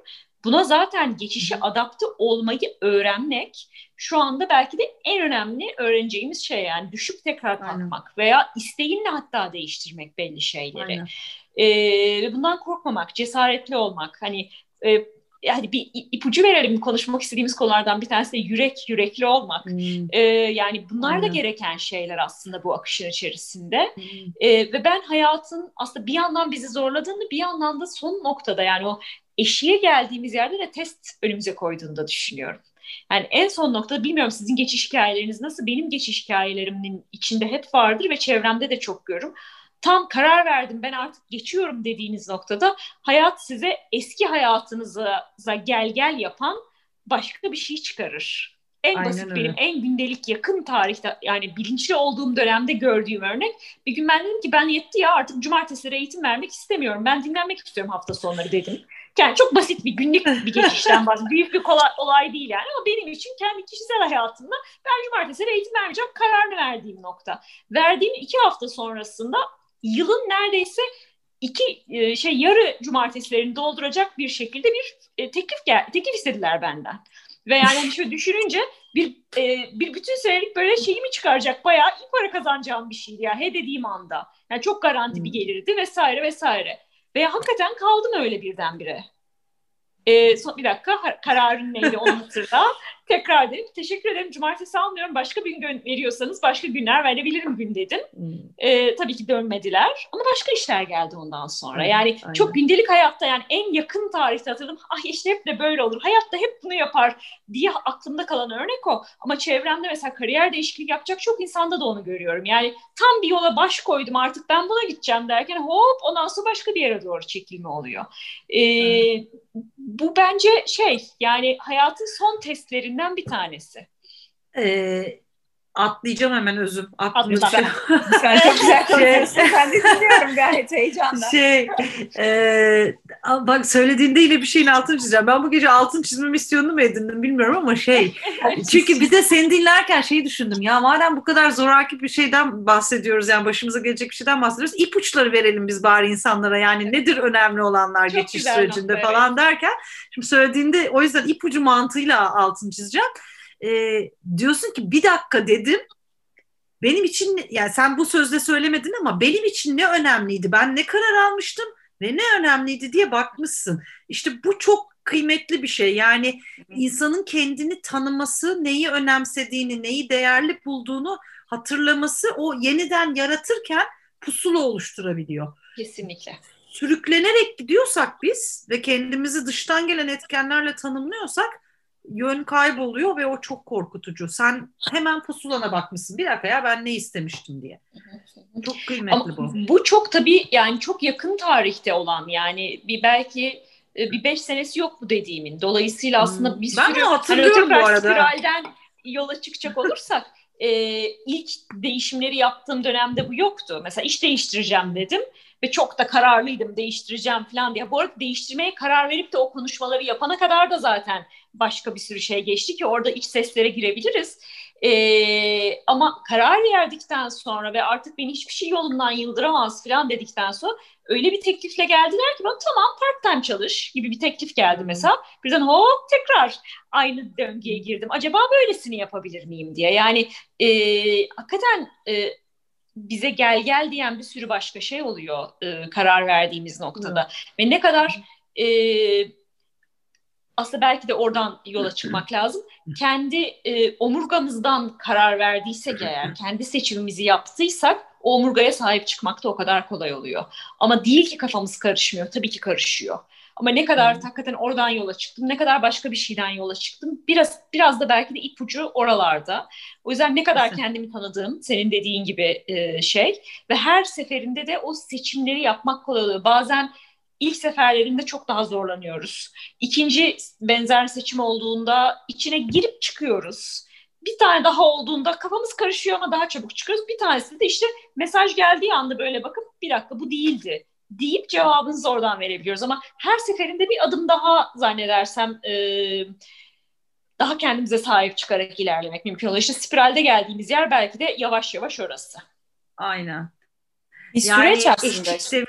Buna zaten geçişe adapte olmayı öğrenmek şu anda belki de en önemli öğreneceğimiz şey, yani düşüp tekrar kalkmak. Aynen. Veya isteğinle hatta değiştirmek belli şeyleri. Ee, ve bundan korkmamak, cesaretli olmak. Hani e, yani bir ipucu verelim, konuşmak istediğimiz konulardan bir tanesi de yürek, yürekli olmak. Hmm. Ee, yani bunlar Aynen. da gereken şeyler aslında bu akışın içerisinde. Hmm. Ee, ve ben hayatın aslında bir yandan bizi zorladığını, bir yandan da son noktada, yani o eşiğe geldiğimiz yerde de test önümüze koyduğunu da düşünüyorum. Yani en son noktada, bilmiyorum sizin geçiş hikayeleriniz nasıl, benim geçiş hikayelerimin içinde hep vardır ve çevremde de çok görürüm. Tam karar verdim, ben artık geçiyorum dediğiniz noktada hayat size eski hayatınıza gel gel yapan başka bir şey çıkarır. En Aynen basit öyle. Benim en gündelik yakın tarihte, yani bilinçli olduğum dönemde gördüğüm örnek. Bir gün ben dedim ki ben yetti ya, artık cumartesileri eğitim vermek istemiyorum. Ben dinlenmek istiyorum hafta sonları dedim. Yani çok basit bir günlük bir geçişten bahsediyorum. Büyük bir kolay, olay değil yani, ama benim için kendi kişisel hayatımda ben cumartesileri eğitim vermeyeceğim kararını verdiğim nokta. Verdiğim iki hafta sonrasında yılın neredeyse iki e, şey yarı cumartesilerini dolduracak bir şekilde bir e, teklif gel teklif istediler benden. Ve yani hani şöyle düşününce bir e, bir bütün senelik böyle şeyimi çıkaracak, bayağı iyi para kazanacağım bir şeydi ya, he dediğim anda. Yani çok garanti hmm. bir gelirdi vesaire vesaire. Ve hakikaten kaldım öyle birdenbire. Ee, son, bir dakika, kararın neydi onu hatırla. Tekrar dedim, teşekkür ederim, cumartesi almıyorum, başka bir gün veriyorsanız başka günler verebilirim gün dedim. Hmm. Ee, tabii ki dönmediler ama başka işler geldi ondan sonra. Aynen, yani aynen. Çok gündelik hayatta, yani en yakın tarihte hatırladım, ah işte hep de böyle olur, hayatta hep bunu yapar diye aklımda kalan örnek o. Ama çevremde mesela kariyer değişikliği yapacak çok insanda da onu görüyorum. Yani tam bir yola baş koydum, artık ben buna gideceğim derken hop ondan sonra başka bir yere doğru çekilme oluyor. Ee, bu bence şey, yani hayatın son testlerinden bir tanesi. Ee, atlayacağım hemen özüm. Atla. Sen, sen çok güzel konuşuyorsun. Şey, ben de dinliyorum gayet heyecanla. Şey, e, bak söylediğinde yine bir şeyin altını çizeceğim. Ben bu gece altın çizmemi istiyordum mu edindim bilmiyorum ama şey. Çünkü bir de seni dinlerken şeyi düşündüm. Ya madem bu kadar zoraki bir şeyden bahsediyoruz, yani başımıza gelecek bir şeyden bahsediyoruz. İpuçları verelim biz bari insanlara. Yani nedir önemli olanlar çok geçiş sürecinde nokta, falan evet. derken. Şimdi söylediğinde o yüzden ipucu mantığıyla altını çizeceğim. E, diyorsun ki bir dakika dedim, benim için, yani sen bu sözle söylemedin ama benim için ne önemliydi, ben ne karar almıştım ve ne önemliydi diye bakmışsın. İşte bu çok kıymetli bir şey, yani insanın kendini tanıması, neyi önemsediğini, neyi değerli bulduğunu hatırlaması, o yeniden yaratırken pusula oluşturabiliyor. Kesinlikle. Sürüklenerek gidiyorsak biz ve kendimizi dıştan gelen etkenlerle tanımlıyorsak yön kayboluyor ve o çok korkutucu. Sen hemen pusulana bakmışsın. Bir dakika ya, ben ne istemiştim diye. Çok kıymetli Ama bu. Bu çok tabii, yani çok yakın tarihte olan, yani bir belki bir beş senesi yok bu dediğimin. Dolayısıyla aslında bir ben sürü hatırlıyorum bu arada. spiralden yola çıkacak olursak e, ilk değişimleri yaptığım dönemde bu yoktu. Mesela iş değiştireceğim dedim ve çok da kararlıydım, değiştireceğim falan diye. Bu arada değiştirmeye karar verip de o konuşmaları yapana kadar da zaten başka bir sürü şey geçti ki orada iç seslere girebiliriz. Ee, ama karar verdikten sonra ve artık beni hiçbir şey yolundan yıldıramaz falan dedikten sonra öyle bir teklifle geldiler ki bana, tamam part time çalış gibi bir teklif geldi mesela. Birden hop tekrar aynı döngüye girdim. Acaba böylesini yapabilir miyim diye. Yani e, hakikaten e, bize gel gel diyen bir sürü başka şey oluyor e, karar verdiğimiz noktada. Hı. Ve ne kadar e, aslında belki de oradan yola çıkmak lazım. Kendi e, omurgamızdan karar verdiysek eğer, kendi seçimimizi yaptıysak o omurgaya sahip çıkmak da o kadar kolay oluyor. Ama değil ki kafamız karışmıyor. Tabii ki karışıyor. Ama ne kadar hmm. hakikaten oradan yola çıktım, ne kadar başka bir şeyden yola çıktım. Biraz biraz da belki de ipucu oralarda. O yüzden ne kadar kendimi tanıdığım, senin dediğin gibi e, şey. Ve her seferinde de o seçimleri yapmak kolay oluyor. Bazen İlk seferlerinde çok daha zorlanıyoruz. İkinci benzer seçim olduğunda içine girip çıkıyoruz. Bir tane daha olduğunda kafamız karışıyor ama daha çabuk çıkıyoruz. Bir tanesi de işte mesaj geldiği anda böyle bakıp bir dakika bu değildi deyip cevabınızı oradan verebiliyoruz. Ama her seferinde bir adım daha zannedersem e, daha kendimize sahip çıkarak ilerlemek mümkün oluyor. İşte spiralde geldiğimiz yer belki de yavaş yavaş orası. Aynen. Bir süreç yani aslında. Eşik demiştin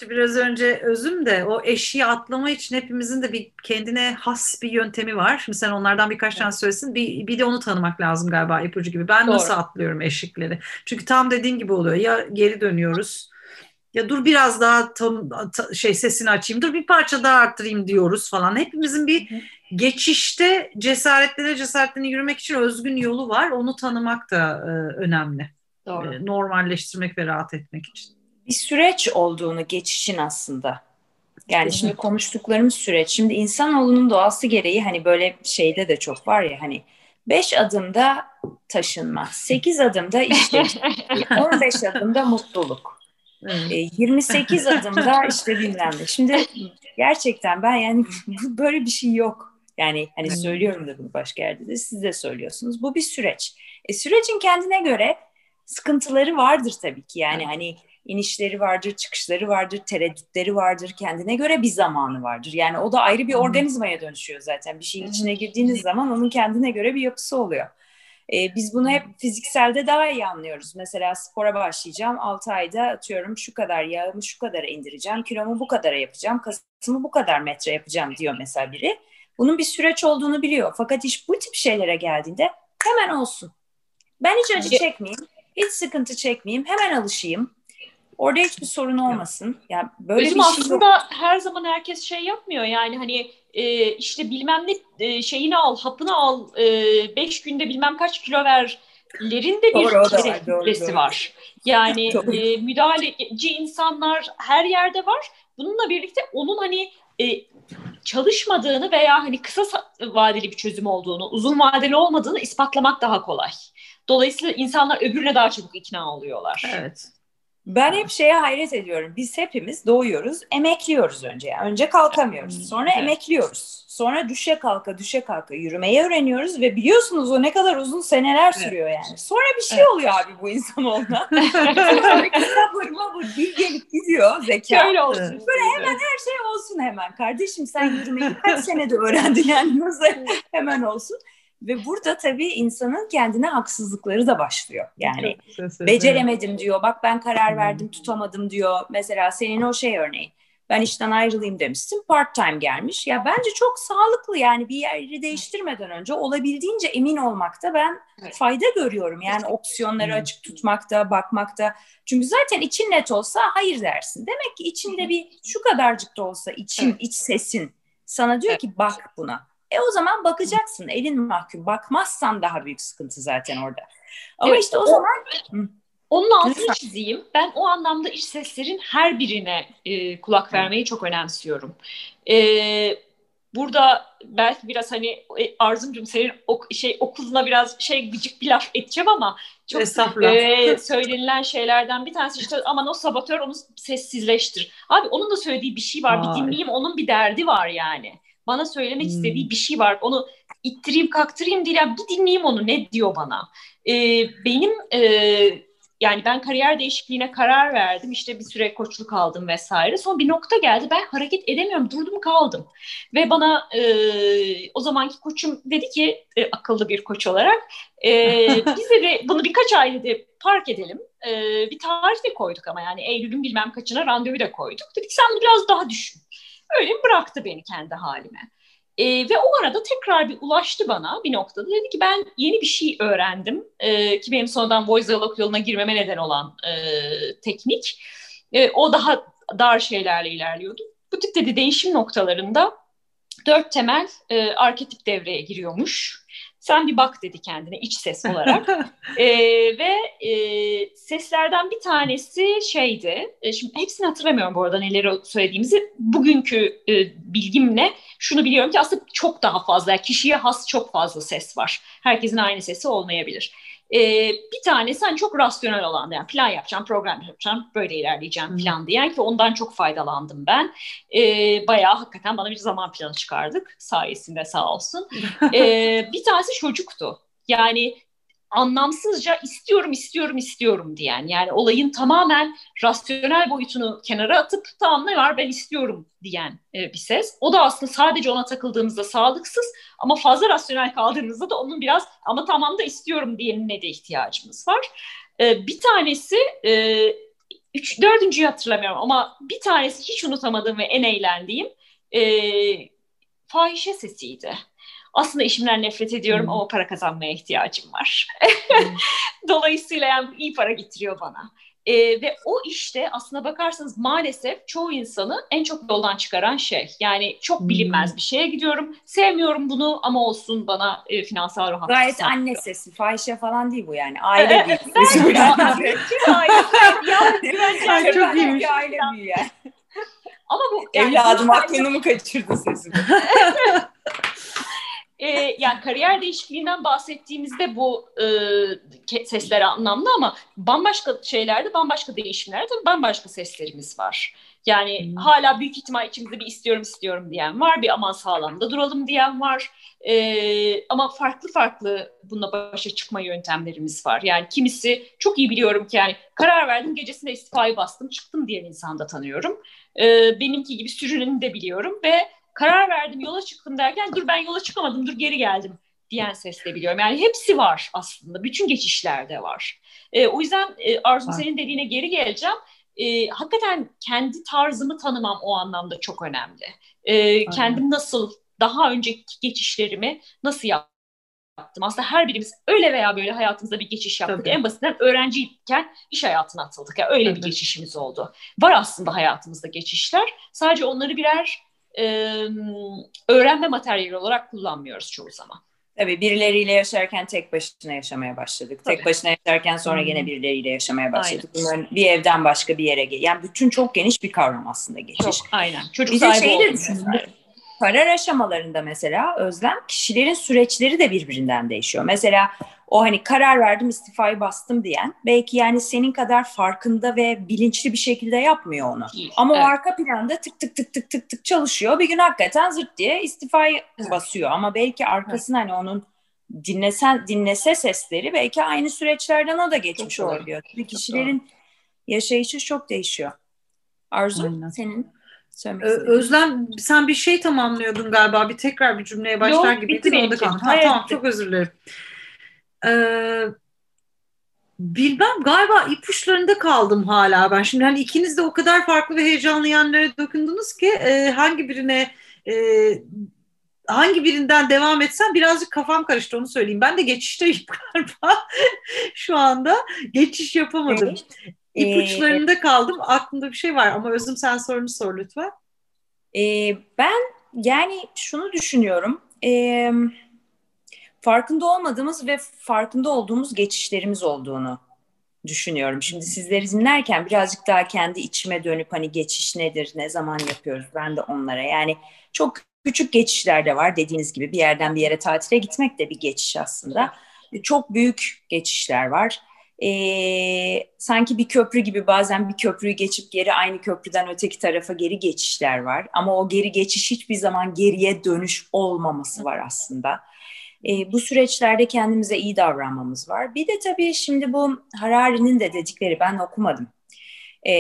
geçti biraz önce özüm de o eşiği atlama için hepimizin de bir kendine has bir yöntemi var. Şimdi sen onlardan birkaç tane söylesin. Bir, bir de onu tanımak lazım galiba ipucu gibi. Ben Doğru. nasıl atlıyorum eşikleri? Çünkü tam dediğin gibi oluyor. Ya geri dönüyoruz. Ya dur biraz daha tam, ta, şey sesini açayım. Dur bir parça daha arttırayım diyoruz falan. Hepimizin bir hı hı. geçişte cesaretlene cesaretlene yürümek için özgün yolu var. Onu tanımak da e, önemli. Doğru. E, normalleştirmek ve rahat etmek için. Bir süreç olduğunu geçişin aslında. Yani Hı-hı. şimdi konuştuklarımız süreç. Şimdi insanoğlunun doğası gereği hani böyle şeyde de çok var ya hani beş adımda taşınma, sekiz adımda işte on beş adımda mutluluk, e, yirmi sekiz adımda işte bilmem ne. Şimdi gerçekten ben yani böyle bir şey yok. Yani hani söylüyorum da bunu başka yerde de siz de söylüyorsunuz. Bu bir süreç. E, sürecin kendine göre sıkıntıları vardır tabii ki. Yani hani inişleri vardır, çıkışları vardır, tereddütleri vardır. Kendine göre bir zamanı vardır. Yani o da ayrı bir organizmaya dönüşüyor zaten. Bir şeyin içine girdiğiniz zaman onun kendine göre bir yapısı oluyor. Ee, biz bunu hep fizikselde daha iyi anlıyoruz. Mesela spora başlayacağım. altı ayda atıyorum şu kadar yağımı şu kadara indireceğim. Kilomu bu kadara yapacağım. Kasımı bu kadar metre yapacağım diyor mesela biri. Bunun bir süreç olduğunu biliyor. Fakat iş bu tip şeylere geldiğinde hemen olsun. Ben hiç acı çekmeyeyim. Hiç sıkıntı çekmeyeyim. Hemen alışayım. Orada hiçbir sorun olmasın. Yani böyle Özüm bir şey aslında yok. Her zaman herkes şey yapmıyor. Yani hani e, işte bilmem ne e, şeyini al, hapını al, e, beş günde bilmem kaç kilo verlerin de bir kitlesi var. Yani e, müdahaleci insanlar her yerde var. Bununla birlikte onun hani e, çalışmadığını veya hani kısa vadeli bir çözüm olduğunu, uzun vadeli olmadığını ispatlamak daha kolay. Dolayısıyla insanlar öbürüne daha çabuk ikna oluyorlar. Evet. Ben hep şeye hayret ediyorum. Biz hepimiz doğuyoruz, emekliyoruz önce. Yani önce kalkamıyoruz. Sonra evet. emekliyoruz. Sonra düşe kalka, düşe kalka yürümeyi öğreniyoruz ve biliyorsunuz o ne kadar uzun seneler sürüyor evet. yani. Sonra bir şey evet. oluyor abi bu insanoğluna. Sabır mabır bilgelik gidiyor zeka. Şöyle olsun. Böyle hemen her şey olsun hemen. Kardeşim sen yürümeyi kaç senede öğrendin yani nasıl hemen olsun. Ve burada tabii insanın kendine haksızlıkları da başlıyor. Yani beceremedim diyor. Bak ben karar verdim tutamadım diyor. Mesela senin o şey örneğin. Ben işten ayrılayım demiştim. Part time gelmiş. Ya bence çok sağlıklı yani bir yeri değiştirmeden önce olabildiğince emin olmakta ben evet. fayda görüyorum. Yani opsiyonları açık tutmakta, bakmakta. Çünkü zaten için net olsa hayır dersin. Demek ki içinde bir şu kadarcık da olsa için, evet. iç sesin sana diyor ki bak buna. E o zaman bakacaksın. Elin mahkum. Bakmazsan daha büyük sıkıntı zaten orada. Ama evet, işte o, o zaman... Onun altını çizeyim. Ben o anlamda iç seslerin her birine e, kulak vermeyi çok önemsiyorum. E, burada belki biraz hani Arzumcum senin ok, şey okuluna biraz şey gıcık bir laf edeceğim ama çok e, söylenilen şeylerden bir tanesi işte aman o sabotör onu sessizleştir. Abi onun da söylediği bir şey var. Ay. Bir dinleyeyim onun bir derdi var yani. Bana söylemek hmm. istediği bir şey var. Onu ittireyim kaktırayım değil. Yani bir dinleyeyim onu ne diyor bana. Ee, benim e, yani ben kariyer değişikliğine karar verdim. İşte bir süre koçluk aldım vesaire. Sonra bir nokta geldi. Ben hareket edemiyorum. Durdum kaldım. Ve bana e, o zamanki koçum dedi ki e, akıllı bir koç olarak e, biz de bunu birkaç ay dedi park edelim. E, bir tarih de koyduk ama yani Eylül'ün bilmem kaçına randevu da koyduk. Dedik sen bunu biraz daha düşün. Öyle bıraktı beni kendi halime. Ee, ve o arada tekrar bir ulaştı bana bir noktada. Dedi ki ben yeni bir şey öğrendim. Ee, ki benim sonradan voice diyalog yoluna girmeme neden olan e, teknik. E, o daha dar şeylerle ilerliyordu. Bu tip dedi değişim noktalarında dört temel e, arketip devreye giriyormuş. Sen bir bak dedi kendine iç ses olarak. e, ve e, seslerden bir tanesi şeydi. E, şimdi hepsini hatırlamıyorum bu arada neleri söylediğimizi. Bugünkü e, bilgimle şunu biliyorum ki aslında çok daha fazla. Yani kişiye has çok fazla ses var. Herkesin aynı sesi olmayabilir. E, bir tanesi hani çok rasyonel olan yani plan yapacağım, program yapacağım, böyle ilerleyeceğim hmm. falan diyen ki ondan çok faydalandım ben. E, bayağı hakikaten bana bir zaman planı çıkardık sayesinde sağ olsun. E, bir tanesi çocuktu. Yani anlamsızca istiyorum, istiyorum, istiyorum diyen. Yani olayın tamamen rasyonel boyutunu kenara atıp tamam ne var ben istiyorum diyen e, bir ses. O da aslında sadece ona takıldığımızda sağlıksız ama fazla rasyonel kaldığımızda da onun biraz ama tamam da istiyorum diyenine de ihtiyacımız var. E, bir tanesi e, üç, dördüncüyü hatırlamıyorum ama bir tanesi hiç unutamadığım ve en eğlendiğim e, fahişe sesiydi. Aslında işimden nefret ediyorum hmm. ama para kazanmaya ihtiyacım var. Hmm. Dolayısıyla yani iyi para getiriyor bana. Ee, ve o işte aslına bakarsanız maalesef çoğu insanı en çok yoldan çıkaran şey. Yani çok bilinmez hmm. bir şeye gidiyorum. Sevmiyorum bunu ama olsun bana e, finansal rahatlık gayet sağlıyor. Anne sesi, fahişe falan değil bu yani. Aile büyüğü. Sesi bu yani. Bütün aile. Çok iyiymiş. Aile büyüğü yani. Ama bu yani evladım bu aklını mı kaçırdı sesimi? Ee, yani kariyer değişikliğinden bahsettiğimizde bu e, sesler anlamlı ama bambaşka şeylerde bambaşka değişimlerde bambaşka seslerimiz var. Yani hmm. hala büyük ihtimal içimizde bir istiyorum istiyorum diyen var, bir aman sağlamda duralım diyen var. Ee, ama farklı farklı bununla başa çıkma yöntemlerimiz var. Yani kimisi çok iyi biliyorum ki yani karar verdim gecesinde istifayı bastım çıktım diyen insan da tanıyorum. Ee, benimki gibi sürüneni de biliyorum ve karar verdim, yola çıktım derken dur ben yola çıkamadım, dur geri geldim diyen ses de biliyorum. Yani hepsi var aslında. Bütün geçişlerde var. E, o yüzden e, Arzu senin dediğine geri geleceğim. E, hakikaten kendi tarzımı tanımam o anlamda çok önemli. E, kendim nasıl, daha önceki geçişlerimi nasıl yaptım? Aslında her birimiz öyle veya böyle hayatımızda bir geçiş yaptık. Tabii. En basitinden öğrenciyken iş hayatına atıldık. Yani öyle Tabii. bir geçişimiz oldu. Var aslında hayatımızda geçişler. Sadece onları birer Ee, öğrenme materyali olarak kullanmıyoruz çoğu zaman. Tabii birileriyle yaşarken tek başına yaşamaya başladık. Tabii. Tek başına yaşarken sonra hmm. yine birileriyle yaşamaya başladık. Bunların bir evden başka bir yere gel. Yani bütün çok geniş bir kavram aslında geçiş. Çok aynen. Çocuk sahibi oldum mesela. Karar aşamalarında mesela Özlem kişilerin süreçleri de birbirinden değişiyor. Mesela o hani karar verdim istifayı bastım diyen belki yani senin kadar farkında ve bilinçli bir şekilde yapmıyor onu. Ama evet. o arka planda tık tık tık tık tık tık çalışıyor. Bir gün hakikaten zırt diye istifayı evet. basıyor. Ama belki arkasına evet. hani onun dinlesen, dinlese sesleri belki aynı süreçlerden o da geçmiş çok olabiliyor. Tabii kişilerin yaşayışı çok değişiyor. Arzu Aynen. senin? Özlem sen bir şey tamamlıyordun galiba. Bir tekrar bir cümleye başlar Yok, gibiydin. Onda kaldı. Ha, tamam çok özür dilerim. Ee, bilmem galiba ipuçlarında kaldım hala ben. Şimdi hani ikiniz de o kadar farklı ve heyecanlı yerlere dokundunuz ki e, hangi birine e, hangi birinden devam etsem birazcık kafam karıştı onu söyleyeyim. Ben de geçişteyim galiba. Şu anda geçiş yapamadım. Evet. İpuçlarında kaldım. Aklımda bir şey var ama Özlem sen sorunu sor lütfen. Ee, ben yani şunu düşünüyorum. Ee, farkında olmadığımız ve farkında olduğumuz geçişlerimiz olduğunu düşünüyorum. Şimdi sizleri dinlerken birazcık daha kendi içime dönüp hani geçiş nedir, ne zaman yapıyoruz ben de onlara. Yani çok küçük geçişler de var dediğiniz gibi bir yerden bir yere tatile gitmek de bir geçiş aslında. Çok büyük geçişler var. Ee, sanki bir köprü gibi bazen bir köprüyü geçip geri aynı köprüden öteki tarafa geri geçişler var. Ama o geri geçiş hiçbir zaman geriye dönüş olmaması var aslında. Ee, bu süreçlerde kendimize iyi davranmamız var. Bir de tabii şimdi bu Harari'nin de dedikleri ben okumadım. Ee,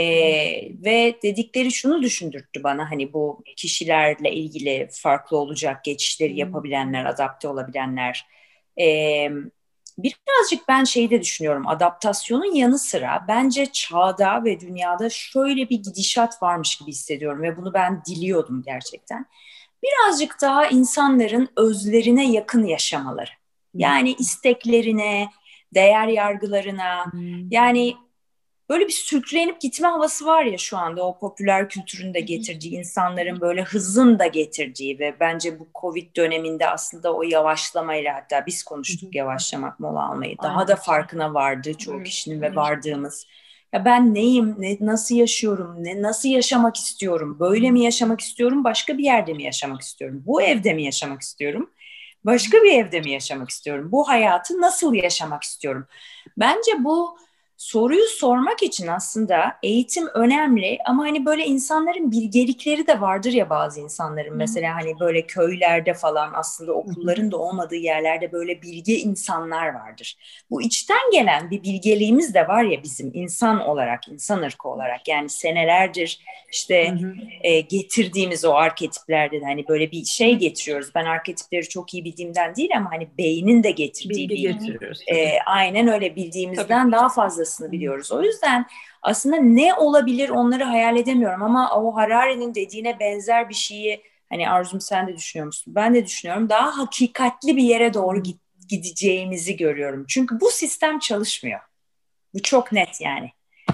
ve dedikleri şunu düşündürttü bana hani bu kişilerle ilgili farklı olacak geçişleri yapabilenler, adapte olabilenler. Ee, Birazcık ben şeyi de düşünüyorum adaptasyonun yanı sıra bence çağda ve dünyada şöyle bir gidişat varmış gibi hissediyorum ve bunu ben diliyordum gerçekten. Birazcık daha insanların özlerine yakın yaşamaları. Yani isteklerine, değer yargılarına yani böyle bir sürüklenip gitme havası var ya şu anda o popüler kültürün de getirdiği, insanların böyle hızın da getirdiği ve bence bu Covid döneminde aslında o yavaşlamayla hatta biz konuştuk yavaşlamak, mola almayı. Daha Aynen. da farkına vardı çoğu kişinin ve vardığımız. Ya ben neyim, ne, nasıl yaşıyorum, ne, nasıl yaşamak istiyorum, böyle mi yaşamak istiyorum, başka bir yerde mi yaşamak istiyorum, bu evde mi yaşamak istiyorum, başka bir evde mi yaşamak istiyorum, bu hayatı nasıl yaşamak istiyorum. Bence bu soruyu sormak için aslında eğitim önemli ama hani böyle insanların bilgelikleri de vardır ya bazı insanların mesela hani böyle köylerde falan aslında okulların da olmadığı yerlerde böyle bilge insanlar vardır. Bu içten gelen bir bilgeliğimiz de var ya bizim insan olarak, insan ırkı olarak yani senelerdir işte e, getirdiğimiz o arketiplerde de hani böyle bir şey getiriyoruz. Ben arketipleri çok iyi bildiğimden değil ama hani beynin de getirdiği bilgi bir, e, aynen öyle bildiğimizden Tabii. daha fazla faydasını biliyoruz. O yüzden aslında ne olabilir onları hayal edemiyorum ama o Harari'nin dediğine benzer bir şeyi, hani Arzum sen de düşünüyor musun? Ben de düşünüyorum. Daha hakikatli bir yere doğru gideceğimizi görüyorum. Çünkü bu sistem çalışmıyor. Bu çok net yani.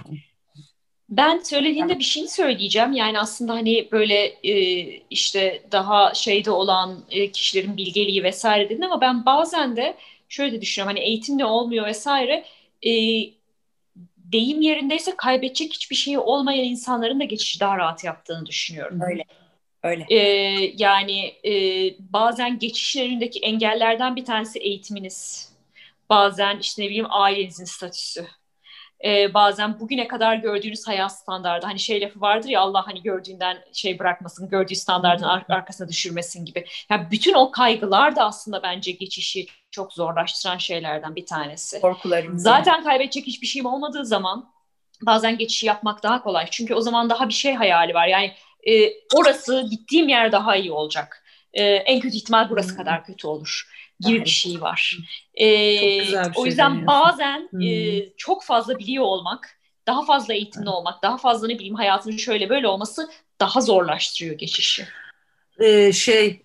Ben söylediğinde bir şey söyleyeceğim. Yani aslında hani böyle e, işte daha şeyde olan e, kişilerin bilgeliği vesaire dedin ama ben bazen de şöyle de düşünüyorum. Hani eğitimle olmuyor vesaire. E, deyim yerindeyse kaybedecek hiçbir şey olmayan insanların da geçişi daha rahat yaptığını düşünüyorum. Öyle. Öyle. E, yani e, bazen geçişin önündeki engellerden bir tanesi eğitiminiz. Bazen işte ne bileyim ailenizin statüsü. Ee, bazen bugüne kadar gördüğünüz hayat standardı, hani şey lafı vardır ya, Allah hani gördüğünden şey bırakmasın, gördüğü standardın ar- arkasına düşürmesin gibi. Yani bütün o kaygılar da aslında bence geçişi çok zorlaştıran şeylerden bir tanesi. Korkularımız. Zaten yani kaybedecek hiçbir şeyim olmadığı zaman bazen geçişi yapmak daha kolay. Çünkü o zaman daha bir şey hayali var. Yani e, orası gittiğim yer daha iyi olacak. E, en kötü ihtimal burası kadar kötü olur gibi bir şey var. Ee, çok güzel bir o şey yüzden deniyorsun. bazen hmm. e, çok fazla biliyor olmak, daha fazla eğitimli olmak, daha fazla ne bileyim hayatının şöyle böyle olması daha zorlaştırıyor geçişi. Ee, şey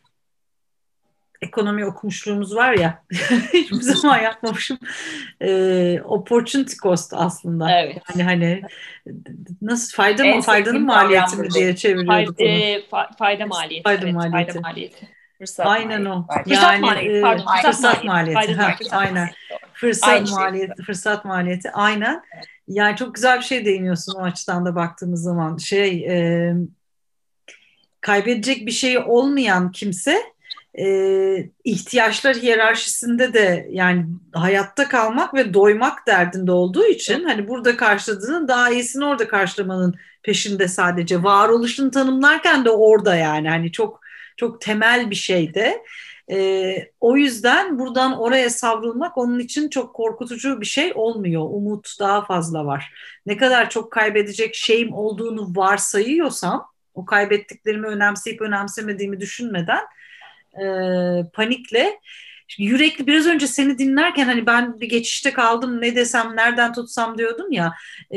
ekonomi okumuşluğumuz var ya, hiçbir zaman yapmamışım. Ee, opportunity cost aslında. Evet. Yani hani nasıl fayda En mı, faydanın sevdiğim maliyeti mi kavram bu. diye çeviriyorduk Fayda, onu. e, fa- fayda maliyeti. Fayda evet, maliyeti. fayda maliyeti. Fırsat Aynen maliyeti. o. Pardon. Fırsat Yani maliyeti, e, pardon, fırsat fırsat maliyeti. maliyeti. Fayda Ha, değil, aynen. doğru. Fırsat Aynı şey. maliyeti, fırsat maliyeti. Aynen. Yani çok güzel bir şey değiniyorsun o açıdan da baktığımız zaman. Şey, e, kaybedecek bir şey olmayan kimse e, ihtiyaçlar hiyerarşisinde de yani hayatta kalmak ve doymak derdinde olduğu için evet. Hani burada karşıladığının daha iyisini orada karşılamanın peşinde, sadece varoluşunu tanımlarken de orada, yani hani çok çok temel bir şeydi. E, o yüzden buradan oraya savrulmak onun için çok korkutucu bir şey olmuyor. Umut daha fazla var. Ne kadar çok kaybedecek şeyim olduğunu varsayıyorsam, o kaybettiklerimi önemseyip önemsemediğimi düşünmeden e, panikle, yürekli, biraz önce seni dinlerken hani ben bir geçişte kaldım, ne desem nereden tutsam diyordum ya, e,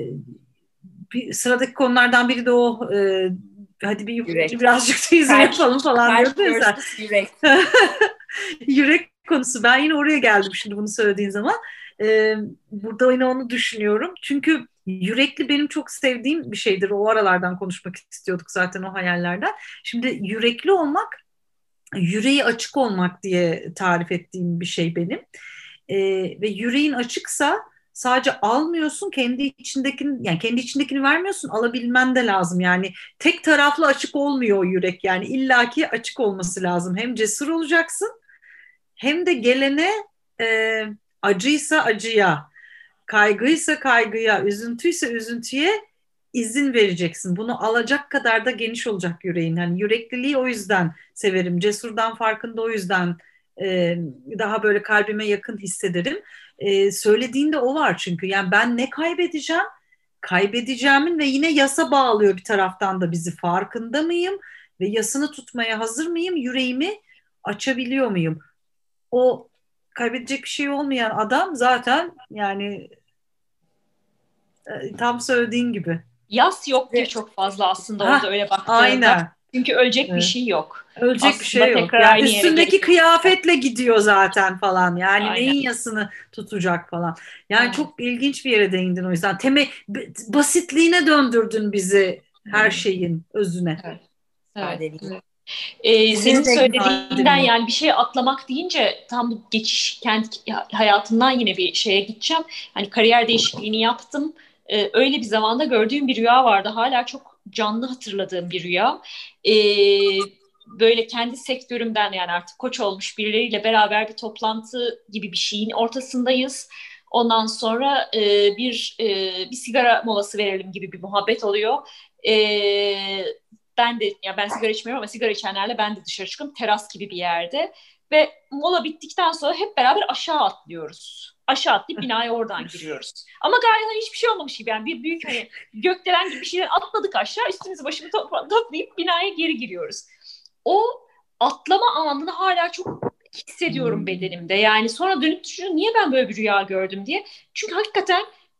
bir, sıradaki konulardan biri de o e, hadi bir yürek. Birazcık teaser yapalım falan diyordun ya sen. Yürek. Yürek konusu, ben yine oraya geldim şimdi bunu söylediğin zaman. E, burada yine onu düşünüyorum çünkü yürekli benim çok sevdiğim bir şeydir. O aralardan konuşmak istiyorduk zaten, o hayallerden. Şimdi yürekli olmak, yüreği açık olmak diye tarif ettiğim bir şey benim. Ee, ve yüreğin açıksa sadece almıyorsun, kendi içindekini, yani kendi içindekini vermiyorsun, alabilmen de lazım. Yani tek taraflı açık olmuyor o yürek. Yani illaki açık olması lazım. Hem cesur olacaksın hem de gelene e, acıysa acıya, kaygıysa kaygıya, üzüntüyse üzüntüye izin vereceksin. Bunu alacak kadar da geniş olacak yüreğin. Yani yürekliliği o yüzden severim. Cesurdan farkında o yüzden e, daha böyle kalbime yakın hissederim. E, söylediğinde o var çünkü. Yani ben ne kaybedeceğim? Kaybedeceğimin ve yine yasa bağlıyor bir taraftan da bizi. Farkında mıyım? Ve yasını tutmaya hazır mıyım? Yüreğimi açabiliyor muyum? O kaybedecek bir şey olmayan adam zaten yani tam söylediğin gibi. Yas yok ki çok fazla aslında ha, orada öyle baktığında. Aynen. Çünkü ölecek evet. bir şey yok. Ölecek aslında bir şey yok. Yani üstündeki kıyafetle gidiyor zaten falan. Yani aynen. Neyin yasını tutacak falan. Yani aynen. Çok ilginç bir yere değindin o yüzden. Teme, basitliğine döndürdün bizi her şeyin özüne. Evet. Evet. Evet. Ee, senin söylediğinden yani bir şey atlamak deyince tam bu geçiş kendi hayatımdan yine bir şeye gideceğim. Hani kariyer değişikliğini yaptım. Ee, öyle bir zamanda gördüğüm bir rüya vardı. Hala çok canlı hatırladığım bir rüya. Ee, böyle kendi sektörümden, yani artık koç olmuş birileriyle beraber bir toplantı gibi bir şeyin ortasındayız. Ondan sonra e, bir e, bir sigara molası verelim gibi bir muhabbet oluyor. Ee, Ben de, ya ben sigara içmiyorum ama sigara içenlerle ben de dışarı çıkıyorum. Teras gibi bir yerde. Ve mola bittikten sonra hep beraber aşağı atlıyoruz. Aşağı atlayıp binaya oradan giriyoruz. Ama gayet hani hiçbir şey olmamış gibi. Yani bir büyük hani gökdelen gibi bir şeyden atladık aşağı. Üstümüzü başımızı to- toplayıp binaya geri giriyoruz. O atlama anını hala çok hissediyorum bedenimde. Yani sonra dönüp düşünüyorum, niye ben böyle bir rüya gördüm diye. Çünkü hakikaten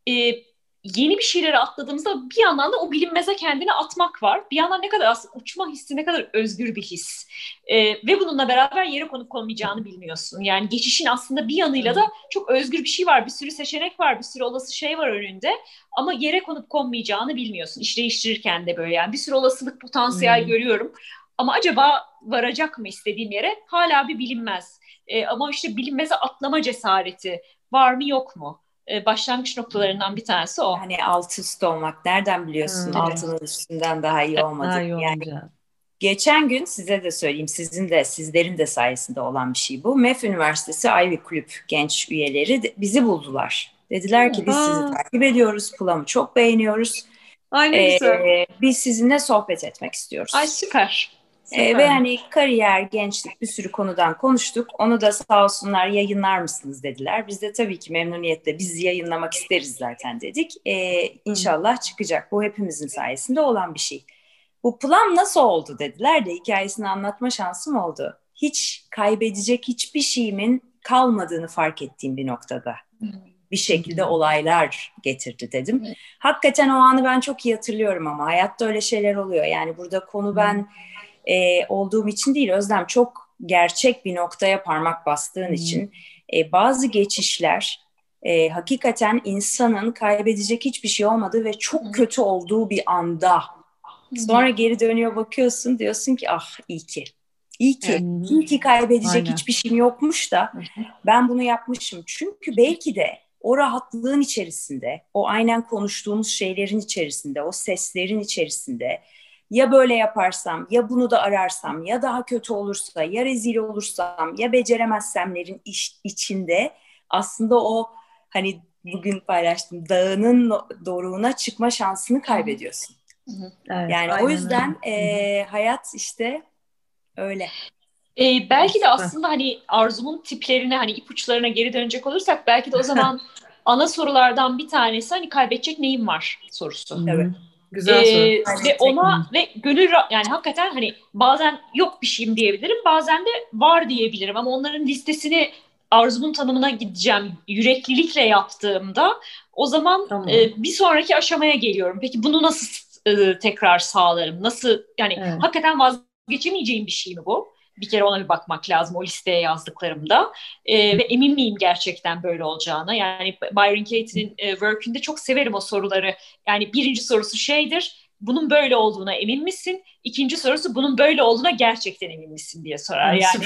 e, yeni bir şeyleri atladığımızda bir yandan da o bilinmeze kendini atmak var. Bir yandan ne kadar aslında uçma hissi ne kadar özgür bir his. Ee, ve bununla beraber yere konup konmayacağını bilmiyorsun. Yani geçişin aslında bir yanıyla da çok özgür bir şey var. Bir sürü seçenek var, bir sürü olası şey var önünde. Ama yere konup konmayacağını bilmiyorsun. İş değiştirirken de böyle yani bir sürü olasılık potansiyel hmm. görüyorum. Ama acaba varacak mı istediğim yere? Hala bir bilinmez. Ee, ama işte bilinmeze atlama cesareti var mı yok mu? Başlangıç noktalarından bir tanesi o. Hani alt üst olmak. Nereden biliyorsun hmm. altının üstünden daha iyi olmadı? Daha iyi yani geçen gün size de söyleyeyim, sizin de sizlerin de sayesinde olan bir şey bu. M E F Üniversitesi Ivy Kulüp genç üyeleri de bizi buldular. Dediler ki biz Aa. sizi takip ediyoruz, Plum'u çok beğeniyoruz. Ay ne güzel. Ee, biz sizinle sohbet etmek istiyoruz. Ay süper. Ee, ve hani kariyer, gençlik bir sürü konudan konuştuk. Onu da sağ olsunlar yayınlar mısınız dediler. Biz de tabii ki memnuniyetle biz yayınlamak isteriz zaten dedik. Ee, inşallah çıkacak. Bu hepimizin sayesinde olan bir şey. Bu plan nasıl oldu dediler de hikayesini anlatma şansım oldu. Hiç kaybedecek hiçbir şeyimin kalmadığını fark ettiğim bir noktada. Bir şekilde olaylar getirdi dedim. Hakikaten o anı ben çok iyi hatırlıyorum ama hayatta öyle şeyler oluyor. Yani burada konu ben e, olduğum için değil Özlem, çok gerçek bir noktaya parmak bastığın hmm. için e, bazı geçişler e, hakikaten insanın kaybedecek hiçbir şey olmadığı ve çok hmm. kötü olduğu bir anda hmm. sonra geri dönüyor bakıyorsun diyorsun ki ah iyi ki. İyi ki, hmm. iyi ki kaybedecek Aynen. hiçbir şeyim yokmuş da ben bunu yapmışım. Çünkü belki de o rahatlığın içerisinde, o aynen konuştuğumuz şeylerin içerisinde, o seslerin içerisinde ya böyle yaparsam, ya bunu da ararsam, ya daha kötü olursa, ya rezil olursam, ya beceremezsemlerin iş, içinde aslında o hani bugün paylaştığım dağının doruğuna çıkma şansını kaybediyorsun. Evet, yani o yüzden e, hayat işte öyle. Ee, belki de aslında hani Arzu'nun tiplerine, hani ipuçlarına geri dönecek olursak belki de o zaman ana sorulardan bir tanesi hani kaybedecek neyim var sorusu. Evet. Güzel soru. Ee, ve ona ve gönül yani hakikaten hani bazen yok bir şeyim diyebilirim, bazen de var diyebilirim ama onların listesini Arzu'nun tanımına gideceğim yüreklilikle yaptığımda o zaman tamam. e, bir sonraki aşamaya geliyorum. Peki bunu nasıl e, tekrar sağlarım? Nasıl yani evet. hakikaten vazgeçemeyeceğim bir şey mi bu? Bir kere ona bir bakmak lazım o listeye yazdıklarımda. Ee, ve emin miyim gerçekten böyle olacağına? Yani Byron Katie'nin e, work'ünde çok severim o soruları. Yani birinci sorusu şeydir, bunun böyle olduğuna emin misin? İkinci sorusu bunun böyle olduğuna gerçekten emin misin diye sorar. Yani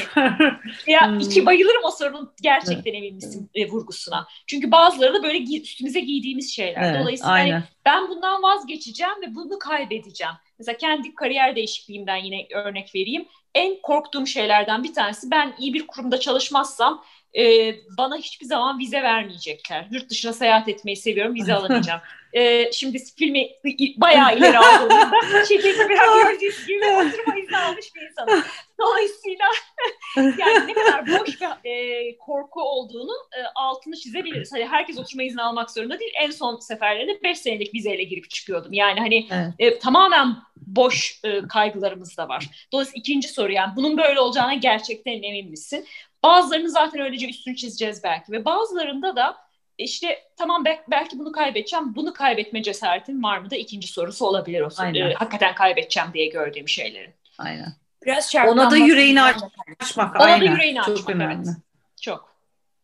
ya iki bayılırım o sorunun gerçekten emin misin e, vurgusuna. Çünkü bazıları da böyle gi- üstümüze giydiğimiz şeyler. Evet, Dolayısıyla hani ben bundan vazgeçeceğim ve bunu kaybedeceğim. Mesela kendi kariyer değişikliğimden yine örnek vereyim. En korktuğum şeylerden bir tanesi, ben iyi bir kurumda çalışmazsam e, bana hiçbir zaman vize vermeyecekler. Yurt dışına seyahat etmeyi seviyorum, vize alamayacağım. e, şimdi filmi bayağı ileri aldığımda şirketi biraz gördüğünüz gibi oturma izni almış bir insanım. Dolayısıyla yani ne kadar boş bir e, korku olduğunu e, altını çizebiliriz. Hani herkes oturma izni almak zorunda değil. En son seferlerinde beş senelik vizeyle girip çıkıyordum. Yani hani evet. e, tamamen boş e, kaygılarımız da var. Dolayısıyla ikinci soru, yani bunun böyle olacağına gerçekten emin misin? Bazılarını zaten öylece üstünü çizeceğiz belki ve bazılarında da işte tamam belki bunu kaybedeceğim, bunu kaybetme cesaretin var mı da ikinci sorusu olabilir o soru. E, hakikaten kaybedeceğim diye gördüğüm şeylerin. Aynen. Biraz ona da yüreğini açmak. Ona aynen. da yüreğini Çok açmak. önemli. Evet. Çok.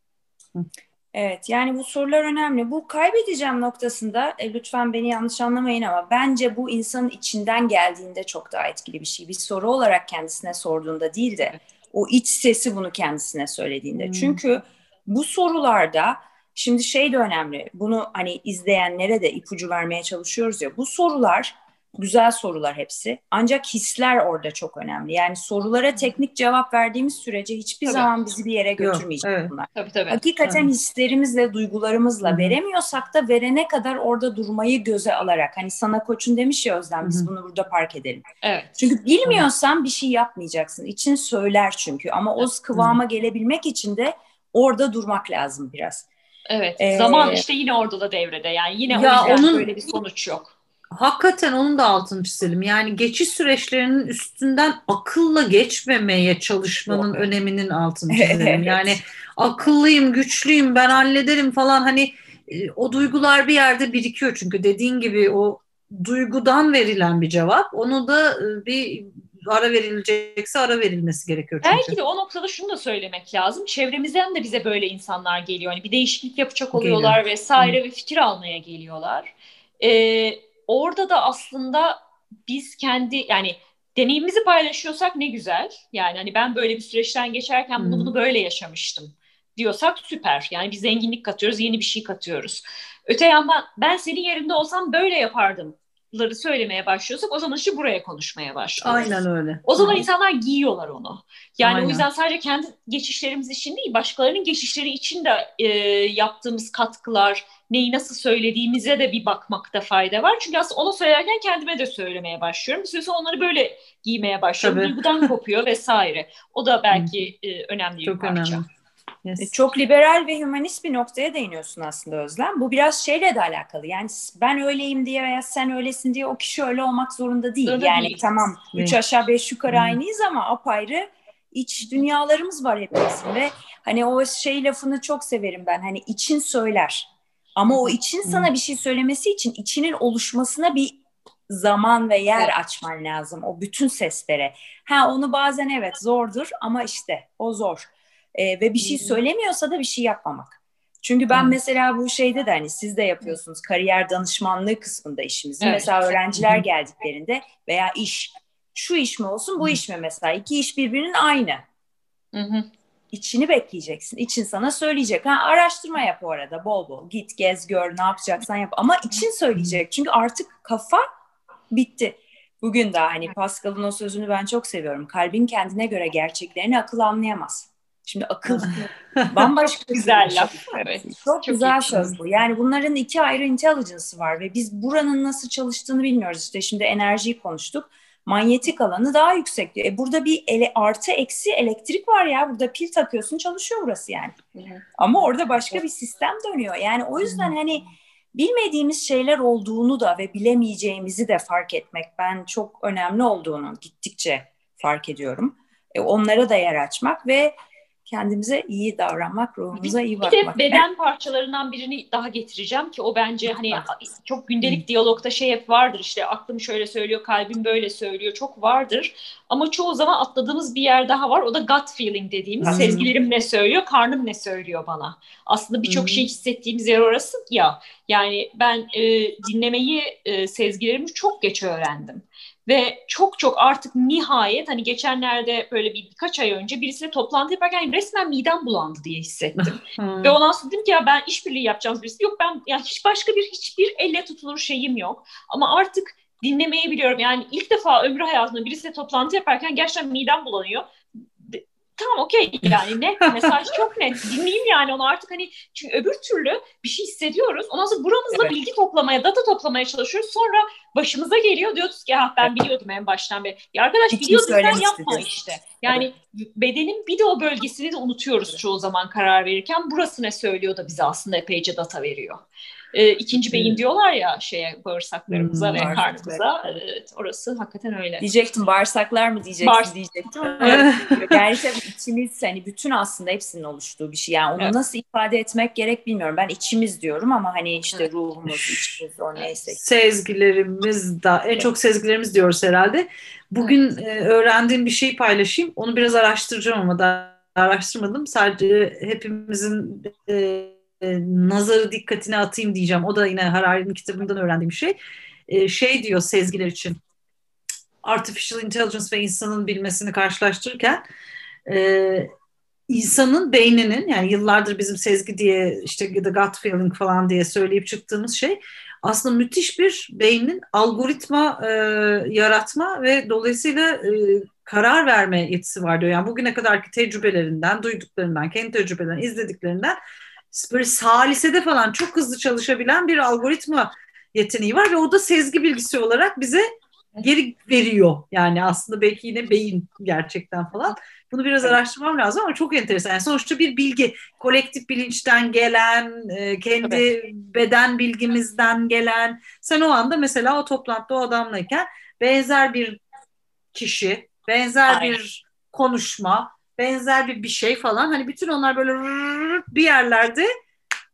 Evet, yani bu sorular önemli. Bu kaybedeceğim noktasında e, lütfen beni yanlış anlamayın ama bence bu insanın içinden geldiğinde çok daha etkili bir şey. Bir soru olarak kendisine sorduğunda değil de o iç sesi bunu kendisine söylediğinde. Hmm. Çünkü bu sorularda şimdi şey de önemli. Bunu hani izleyenlere de ipucu vermeye çalışıyoruz ya. Bu sorular güzel sorular hepsi. Ancak hisler orada çok önemli. Yani sorulara teknik cevap verdiğimiz sürece hiçbir tabii. zaman bizi bir yere götürmeyecek Yok, evet. bunlar. Tabii, tabii. Hakikaten evet. hislerimizle, duygularımızla Hı-hı. veremiyorsak da verene kadar orada durmayı göze alarak. Hani sana koçun demiş ya Özlem, Hı-hı. biz bunu burada park edelim. Evet. Çünkü bilmiyorsan Hı-hı. bir şey yapmayacaksın. İçin söyler çünkü. Ama o kıvama Hı-hı. gelebilmek için de orada durmak lazım biraz. Evet. Ee, Zaman işte yine orada da devrede. Yani yine ya o yüzden onun... böyle bir sonuç yok. Hakikaten onun da altını çizelim. Yani geçiş süreçlerinin üstünden akılla geçmemeye çalışmanın Doğru. öneminin altını çizelim. Evet. Yani akıllıyım, güçlüyüm, ben hallederim falan. Hani e, o duygular bir yerde birikiyor çünkü dediğin gibi o duygudan verilen bir cevap. Onu da e, bir ara verilecekse ara verilmesi gerekiyor çünkü. Belki de o noktada şunu da söylemek lazım. Çevremizden de bize böyle insanlar geliyor. Hani bir değişiklik yapacak oluyorlar Geliyor. vesaire Hı. ve fikir almaya geliyorlar. Ee, orada da aslında biz kendi yani deneyimimizi paylaşıyorsak ne güzel. Yani hani ben böyle bir süreçten geçerken bunu Hı. bunu böyle yaşamıştım diyorsak süper. Yani bir zenginlik katıyoruz, yeni bir şey katıyoruz. Öte yandan ben senin yerinde olsam böyle yapardım ları söylemeye başlıyorsak o zaman işte buraya konuşmaya başlıyoruz. Aynen öyle. O zaman Aynen. insanlar giyiyorlar onu. Yani Aynen. o yüzden sadece kendi geçişlerimiz için değil, başkalarının geçişleri için de e, yaptığımız katkılar, neyi nasıl söylediğimize de bir bakmakta fayda var. Çünkü aslında onu söylerken kendime de söylemeye başlıyorum. Bir süre sonra onları böyle giymeye başlıyorum. Tabii. Duygudan kopuyor vesaire. O da belki e, önemli bir Çok parça. önemli. Yes. Çok liberal ve hümanist bir noktaya değiniyorsun aslında Özlem. Bu biraz şeyle de alakalı. Yani ben öyleyim diye veya sen öylesin diye o kişi öyle olmak zorunda değil. Zorunda yani değil. tamam üç aşağı beş yukarı Hmm. aynıyız ama apayrı iç dünyalarımız var hepimizin ve hani o şey lafını çok severim ben. Hani için söyler. Ama o için sana bir şey söylemesi için içinin oluşmasına bir zaman ve yer Evet. açman lazım. O bütün seslere. Ha onu bazen evet zordur ama işte o zor. Ee, ve bir şey söylemiyorsa da bir şey yapmamak. Çünkü ben Evet. mesela bu şeyde de hani siz de yapıyorsunuz kariyer danışmanlığı kısmında işimizin. Evet. Mesela öğrenciler geldiklerinde veya iş şu iş mi olsun bu iş mi mesela iki iş birbirinin aynı. Hı hı. İçini bekleyeceksin. İçin sana söyleyecek. Ha, araştırma yap o arada bol bol. Git gez gör ne yapacaksan yap. Ama için söyleyecek. Çünkü artık kafa bitti. Bugün daha hani Pascal'ın o sözünü ben çok seviyorum. Kalbin kendine göre gerçeklerini akıl anlayamaz. Şimdi akıl bambaşka Çok güzel bir laf. şey. Evet. Çok, Çok güzel iyi. söz bu. Yani bunların iki ayrı intelligence'ı var ve biz buranın nasıl çalıştığını bilmiyoruz. İşte şimdi enerjiyi konuştuk. Manyetik alanı daha yüksek diyor. E burada bir ele, artı eksi elektrik var ya. Burada pil takıyorsun çalışıyor burası yani. Ama orada başka bir sistem dönüyor. Yani o yüzden hani bilmediğimiz şeyler olduğunu da ve bilemeyeceğimizi de fark etmek ben çok önemli olduğunu gittikçe fark ediyorum. E, onlara da yer açmak ve kendimize iyi davranmak, ruhumuza iyi Bir bakmak. de beden parçalarından birini daha getireceğim ki o bence hani çok gündelik diyalogta şey hep vardır işte aklım şöyle söylüyor, kalbim böyle söylüyor çok vardır. Ama çoğu zaman atladığımız bir yer daha var. O da gut feeling dediğimiz. Hmm. Sezgilerim ne söylüyor, karnım ne söylüyor bana. Aslında birçok Hmm. şey hissettiğimiz yer orası ya. Yani ben e, dinlemeyi e, sezgilerimi çok geç öğrendim. Ve çok çok artık nihayet hani geçenlerde böyle bir birkaç ay önce birisiyle toplantı yaparken resmen midem bulandı diye hissettim. Hmm. Ve ondan sonra dedim ki ya ben işbirliği yapacağız birisi. Yok ben ya hiç başka bir hiçbir elle tutulur şeyim yok. Ama artık dinlemeyi biliyorum. Yani ilk defa ömrü hayatımda birisiyle toplantı yaparken gerçekten midem bulanıyor. De, tamam okey yani net mesaj çok net dinleyeyim yani onu artık hani çünkü öbür türlü bir şey hissediyoruz ondan sonra buramızla Evet. bilgi toplamaya data toplamaya çalışıyoruz sonra başımıza geliyor diyoruz ki ha ben biliyordum en baştan beri ya arkadaş İçini biliyordun sen söylemek yapma istiyorsun. işte yani bedenin bir de o bölgesini de unutuyoruz çoğu zaman karar verirken burası ne söylüyor da bize aslında epeyce data veriyor. Ee, ikinci beyin diyorlar ya şeye bağırsaklarımıza Hmm, ve bağırsaklar. karnımıza evet, orası hakikaten öyle. Diyecektim bağırsaklar mı diyeceksin Bağırs- diyecektim. Evet. Yani tabii içimiz hani bütün aslında hepsinin oluştuğu bir şey. Yani onu Evet. nasıl ifade etmek gerek bilmiyorum. Ben içimiz diyorum ama hani işte ruhumuz, içimiz o neyse. Sezgilerimiz da en çok sezgilerimiz diyoruz herhalde. Bugün e, öğrendiğim bir şeyi paylaşayım. Onu biraz araştıracağım ama daha araştırmadım. Sadece hepimizin e, e, nazarı dikkatine atayım diyeceğim. O da yine Harari'nin kitabından öğrendiğim şey. E, şey diyor sezgiler için. Artificial Intelligence ve insanın bilmesini karşılaştırırken e, insanın beyninin yani yıllardır bizim sezgi diye işte the gut feeling falan diye söyleyip çıktığımız şey aslında müthiş bir beynin algoritma e, yaratma ve dolayısıyla e, karar verme yetisi var diyor. Yani bugüne kadarki tecrübelerinden, duyduklarından, kendi tecrübelerinden, izlediklerinden böyle salisede falan çok hızlı çalışabilen bir algoritma yeteneği var ve o da sezgi bilgisi olarak bize geri veriyor. Yani aslında belki yine beyin gerçekten falan. Bunu biraz Evet. araştırmam lazım ama çok enteresan. Yani sonuçta bir bilgi, kolektif bilinçten gelen, kendi Evet. beden bilgimizden gelen. Sen o anda mesela o toplantıda o adamlayken benzer bir kişi, benzer Aynen. bir konuşma, benzer bir bir şey falan. Hani bütün onlar böyle bir yerlerde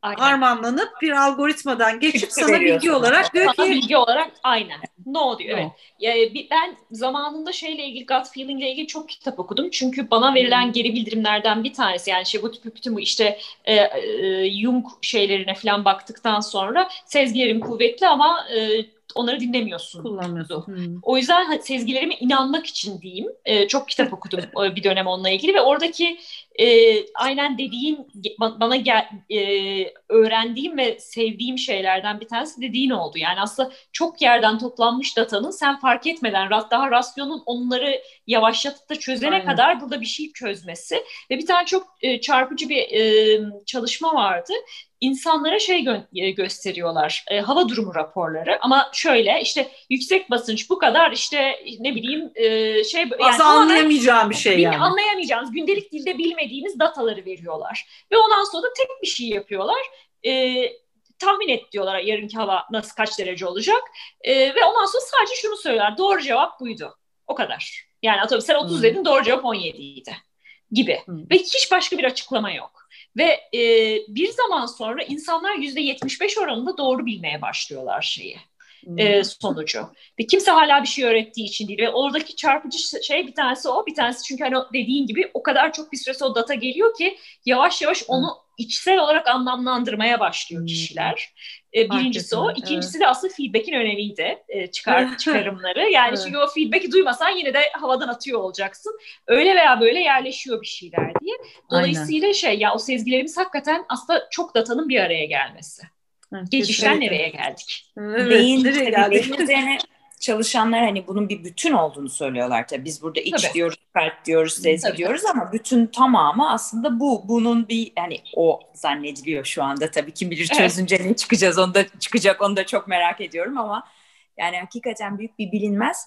Aynen. harmanlanıp bir algoritmadan geçip sana bilgi olarak diyor ki. Sana bilgi olarak aynen. No diyor. No. Evet. Yani ben zamanında şeyle ilgili, gut feeling ile ilgili çok kitap okudum. Çünkü bana verilen geri bildirimlerden bir tanesi, yani şey bu bütün bu işte e, e, Jung şeylerine falan baktıktan sonra sezgilerim kuvvetli ama e, onları dinlemiyorsun. Kullanmıyorsun. Hmm. O yüzden sezgilerime inanmak için diyeyim. E, çok kitap okudum bir dönem onunla ilgili ve oradaki e, aynen dediğin bana gel, e, öğrendiğim ve sevdiğim şeylerden bir tanesi dediğin oldu. Yani aslında çok yerden toplanmış datanın sen fark etmeden daha rasyonun onları yavaşlatıp da çözene aynen. kadar burada bir şey çözmesi ve bir tane çok e, çarpıcı bir e, çalışma vardı. İnsanlara şey gö- gösteriyorlar, e, hava durumu raporları ama şöyle işte yüksek basınç bu kadar işte ne bileyim e, şey yani aslında anlayamayacağım bir şey yani. Anlayamayacağımız, gündelik dilde bilmediğimiz dataları veriyorlar ve ondan sonra da tek bir şey yapıyorlar. E, tahmin et diyorlar yarınki hava nasıl kaç derece olacak e, ve ondan sonra sadece şunu söyler, doğru cevap buydu. O kadar. Yani atıyorum sen otuz hmm. dedin, doğru cevap on yediydi gibi hmm. ve hiç başka bir açıklama yok. Ve e, bir zaman sonra insanlar yüzde yetmiş beş oranında doğru bilmeye başlıyorlar şeyi, hmm. e, sonucu. Ve kimse hala bir şey öğrettiği için değil. Ve oradaki çarpıcı şey bir tanesi o, bir tanesi çünkü hani dediğin gibi o kadar çok bir süresi o data geliyor ki yavaş yavaş onu hmm. içsel olarak anlamlandırmaya başlıyor kişiler. E, birincisi o. İkincisi evet. de aslında feedback'in önemiydi. E, çıkar, çıkarımları. Yani evet. çünkü o feedback'i duymasan yine de havadan atıyor olacaksın. Öyle veya böyle yerleşiyor bir şeyler diye. Dolayısıyla aynen. şey ya o sezgilerimiz hakikaten aslında çok datanın bir araya gelmesi. Evet, geçişten nereye geldik? Evet, beyin, nereye geldik? Beyin üzerine çalışanlar hani bunun bir bütün olduğunu söylüyorlar tabii. Biz burada iç tabii. diyoruz, kalp diyoruz, sezgi tabii. diyoruz ama bütün tamamı aslında bu. Bunun bir hani o zannediliyor şu anda tabii. Kim bilir çözünce evet. ne çıkacağız, onu da çıkacak, onu da çok merak ediyorum ama yani hakikaten büyük bir bilinmez.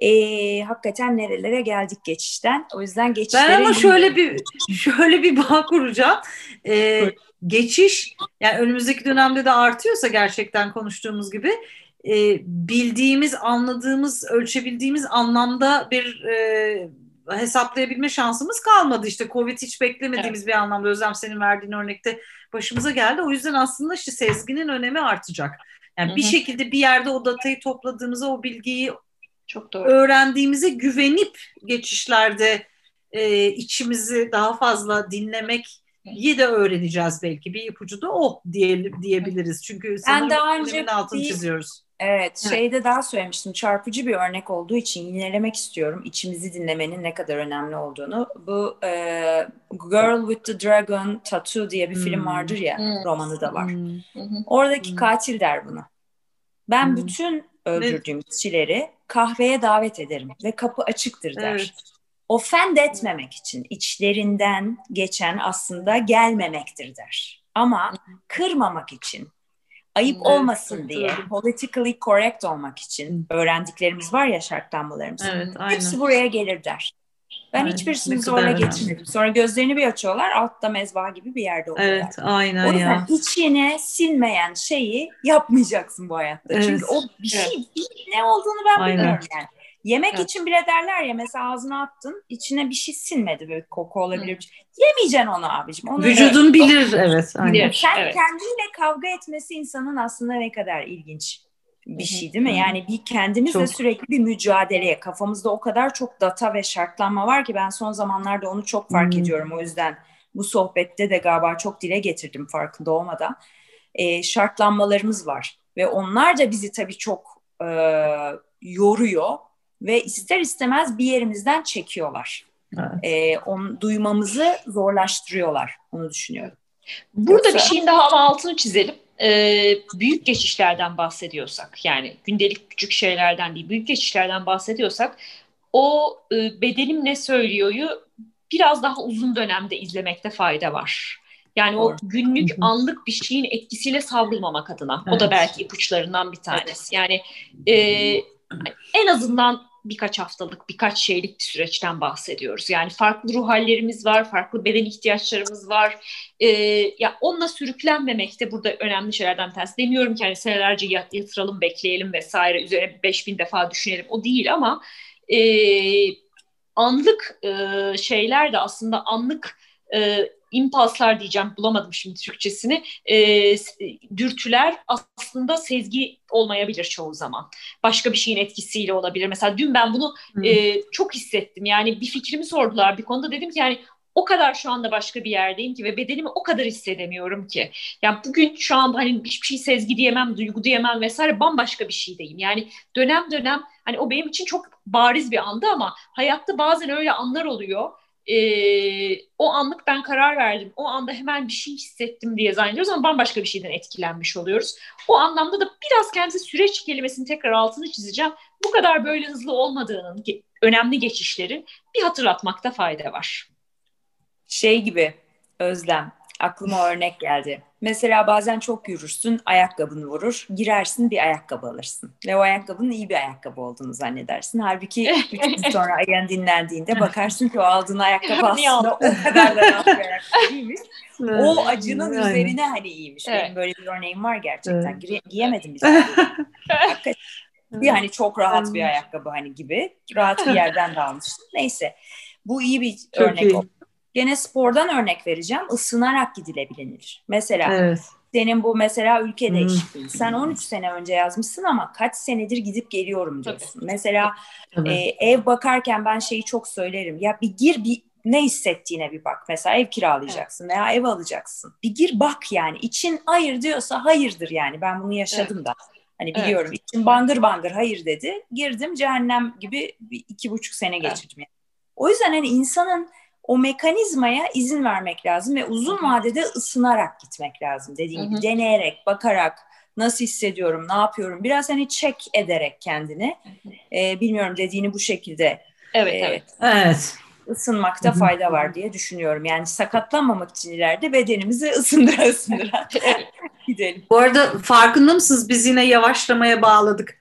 Ee, hakikaten nerelere geldik geçişten. O yüzden geçişleri... Ben ama şöyle bir şöyle bir bağ kuracağım. Ee, geçiş yani önümüzdeki dönemde de artıyorsa gerçekten konuştuğumuz gibi e, bildiğimiz, anladığımız, ölçebildiğimiz anlamda bir e, hesaplayabilme şansımız kalmadı. İşte Covid hiç beklemediğimiz evet. bir anlamda. Özlem senin verdiğin örnekte başımıza geldi. O yüzden aslında işte sezginin önemi artacak. Yani Hı-hı. bir şekilde bir yerde o datayı topladığımızda o bilgiyi çok doğru. öğrendiğimize güvenip geçişlerde e, içimizi daha fazla dinlemek iyi de öğreneceğiz belki. Bir ipucu da o diye, diyebiliriz. Çünkü sanırım önemin altını bir, çiziyoruz. Evet, evet, şeyde daha söylemiştim. Çarpıcı bir örnek olduğu için yinelemek istiyorum. İçimizi dinlemenin ne kadar önemli olduğunu. Bu e, Girl with the Dragon Tattoo diye bir hmm. film vardır ya. Hmm. Romanı da var. Hmm. Oradaki hmm. katil der bunu. Ben hmm. bütün öldürdüğüm kişileri kahveye davet ederim ve kapı açıktır der. Evet. Offend etmemek için içlerinden geçen aslında gelmemektir der. Ama kırmamak için, ayıp evet, olmasın diye, doğru. politically correct olmak için öğrendiklerimiz var ya, şartlanmalarımız. Evet, hepsi buraya gelir der. Ben aynen. hiçbirisini zorla geçirmedim. Sonra gözlerini bir açıyorlar, altta mezba gibi bir yerde oluyorlar. Evet, aynen o yüzden ya. içine sinmeyen şeyi yapmayacaksın bu hayatta. Evet. Çünkü o bir şey, evet. bir, ne olduğunu ben aynen. bilmiyorum yani. Yemek evet. için bile derler ya, mesela ağzına attın, içine bir şey sinmedi, böyle koku olabilir. Hmm. Yemeyeceksin onu abicim. Onu vücudun öyle. bilir, evet. Bilir. Sen evet. kendiyle kavga etmesi insanın aslında ne kadar ilginç bir şey değil mi? Yani bir kendimizle çok. sürekli bir mücadeleye, kafamızda o kadar çok data ve şartlanma var ki ben son zamanlarda onu çok fark hmm. ediyorum. O yüzden bu sohbette de galiba çok dile getirdim farkında olmadan. Ee, şartlanmalarımız var ve onlar da bizi tabii çok e, yoruyor ve ister istemez bir yerimizden çekiyorlar. Evet. Ee, onu duymamızı zorlaştırıyorlar. Onu düşünüyorum. Burada Yoksa... bir şeyin daha ama altını çizelim. Ee, büyük geçişlerden bahsediyorsak, yani gündelik küçük şeylerden değil, büyük geçişlerden bahsediyorsak, o e, bedenim ne söylüyor'yu biraz daha uzun dönemde izlemekte fayda var. Yani Doğru. o günlük Hı-hı. anlık bir şeyin etkisiyle savrulmamak adına. Evet. O da belki ipuçlarından bir tanesi. Evet. Yani e, en azından birkaç haftalık, birkaç şeylik bir süreçten bahsediyoruz. Yani farklı ruh hallerimiz var, farklı beden ihtiyaçlarımız var. Ee, ya onunla sürüklenmemek de burada önemli şeylerden bir tanesi. Demiyorum ki hani senelerce yatıralım, bekleyelim vesaire, üzerine beş bin defa düşünelim. O değil ama e, anlık e, şeyler de aslında anlık e, impulslar diyeceğim, bulamadım şimdi Türkçesini. E, dürtüler aslında sezgi olmayabilir çoğu zaman. Başka bir şeyin etkisiyle olabilir. Mesela dün ben bunu e, çok hissettim. Yani bir fikrimi sordular bir konuda. Dedim ki yani o kadar şu anda başka bir yerdeyim ki ve bedenimi o kadar hissedemiyorum ki. Yani bugün şu anda hani hiçbir şey sezgi diyemem, duygu diyemem vesaire, bambaşka bir şeydeyim. Yani dönem dönem hani o benim için çok bariz bir andı ama hayatta bazen öyle anlar oluyor. Ee, o anlık ben karar verdim. O anda hemen bir şey hissettim diye zannediyoruz ama bambaşka bir şeyden etkilenmiş oluyoruz. O anlamda da biraz kendisi süreç kelimesini tekrar altını çizeceğim. Bu kadar böyle hızlı olmadığının, önemli geçişlerin bir hatırlatmakta fayda var. Şey gibi Özlem, aklıma örnek geldi. Mesela bazen çok yürürsün, ayakkabını vurur, girersin bir ayakkabı alırsın. Ve o ayakkabının iyi bir ayakkabı olduğunu zannedersin. Halbuki üç gün sonra ayağın dinlendiğinde bakarsın ki o aldığın ayakkabı aslında o kadar da rahat bir ayakkabı değilmiş. O acının Aynen. üzerine hani iyiymiş. Evet. Benim böyle bir örneğim var gerçekten. Evet. Gi- giyemedim bir zaman. Hakikaten. Yani çok rahat bir ayakkabı hani gibi. Rahat bir yerden de almıştım. Neyse. Bu iyi bir Çok örnek iyi. oldu. Gene spordan örnek vereceğim. Isınarak gidilebilir. Mesela Evet. senin bu mesela ülke Hmm. değişikliği. Sen on üç sene önce yazmışsın ama kaç senedir gidip geliyorum diyorsun. Tabii. Mesela Tabii. e, ev bakarken ben şeyi çok söylerim. Ya bir gir bir ne hissettiğine bir bak. Mesela ev kiralayacaksın evet. veya ev alacaksın. Bir gir bak yani. İçin hayır diyorsa hayırdır yani. Ben bunu yaşadım evet. da. Hani biliyorum evet. içim bangır bangır hayır dedi. Girdim cehennem gibi bir iki buçuk sene geçirdim. Evet. O yüzden hani insanın o mekanizmaya izin vermek lazım ve uzun Hı-hı. vadede ısınarak gitmek lazım. Dediğim Hı-hı. gibi deneyerek, bakarak nasıl hissediyorum, ne yapıyorum. Biraz hani check ederek kendini. Ee, bilmiyorum dediğini bu şekilde. Evet, e, evet. Evet. Isınmakta Hı-hı. fayda var diye düşünüyorum. Yani sakatlanmamak için ileride bedenimizi ısındıra ısındıra gidelim. Bu arada farkında mısınız? Biz yine yavaşlamaya bağladık.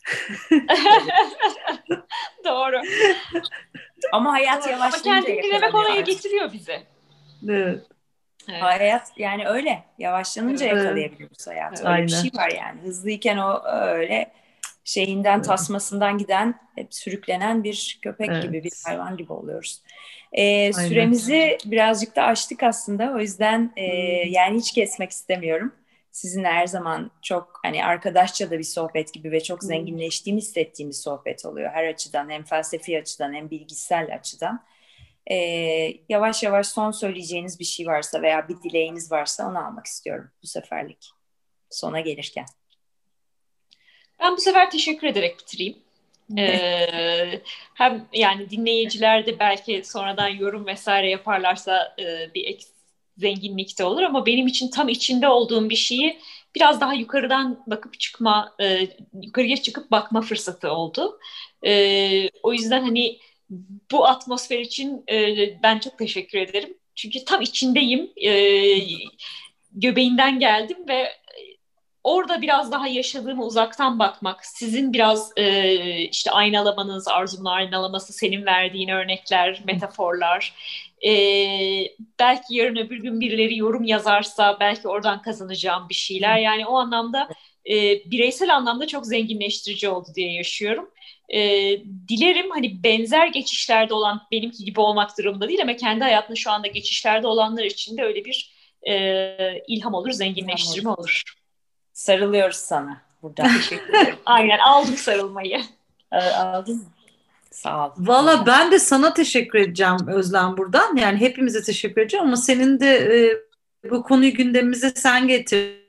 Doğru. Ama hayat Doğru. yavaşlayınca Ama kendini dinlemek oraya getiriyor bizi. Evet. Evet. Hayat yani öyle yavaşlanınca evet. yakalayabiliyoruz hayatı. Öyle Aynen. bir şey var yani. Hızlıyken o öyle şeyinden evet. tasmasından giden hep sürüklenen bir köpek evet. gibi bir hayvan gibi oluyoruz. Ee, süremizi birazcık da aştık aslında. O yüzden e, hmm. yani hiç kesmek istemiyorum. Sizinle her zaman çok hani arkadaşça da bir sohbet gibi ve çok zenginleştiğimi hissettiğim bir sohbet oluyor. Her açıdan hem felsefi açıdan hem bilgisel açıdan. Ee, yavaş yavaş son söyleyeceğiniz bir şey varsa veya bir dileğiniz varsa onu almak istiyorum bu seferlik sona gelirken. Ben bu sefer teşekkür ederek bitireyim. ee, hem yani dinleyiciler de belki sonradan yorum vesaire yaparlarsa e, bir ek, zenginlikte olur ama benim için tam içinde olduğum bir şeyi biraz daha yukarıdan bakıp çıkma, e, yukarıya çıkıp bakma fırsatı oldu. E, o yüzden hani bu atmosfer için e, ben çok teşekkür ederim. Çünkü tam içindeyim. E, göbeğinden geldim ve orada biraz daha yaşadığımı uzaktan bakmak, sizin biraz e, işte aynalamanız, Arzu'nun aynalaması, senin verdiğin örnekler, metaforlar. E, belki yarın öbür gün birileri yorum yazarsa belki oradan kazanacağım bir şeyler. Yani o anlamda e, bireysel anlamda çok zenginleştirici oldu diye yaşıyorum. E, dilerim hani benzer geçişlerde olan, benimki gibi olmak durumunda değil ama kendi hayatında şu anda geçişlerde olanlar için de öyle bir e, ilham olur, zenginleştirme olur. Sarılıyoruz sana buradan. Teşekkür ederim. Aynen aldım sarılmayı. Aldın mı? Sağ ol. Valla ben de sana teşekkür edeceğim Özlem buradan. Yani hepimize teşekkür edeceğim ama senin de e, bu konuyu gündemimize sen getirdin.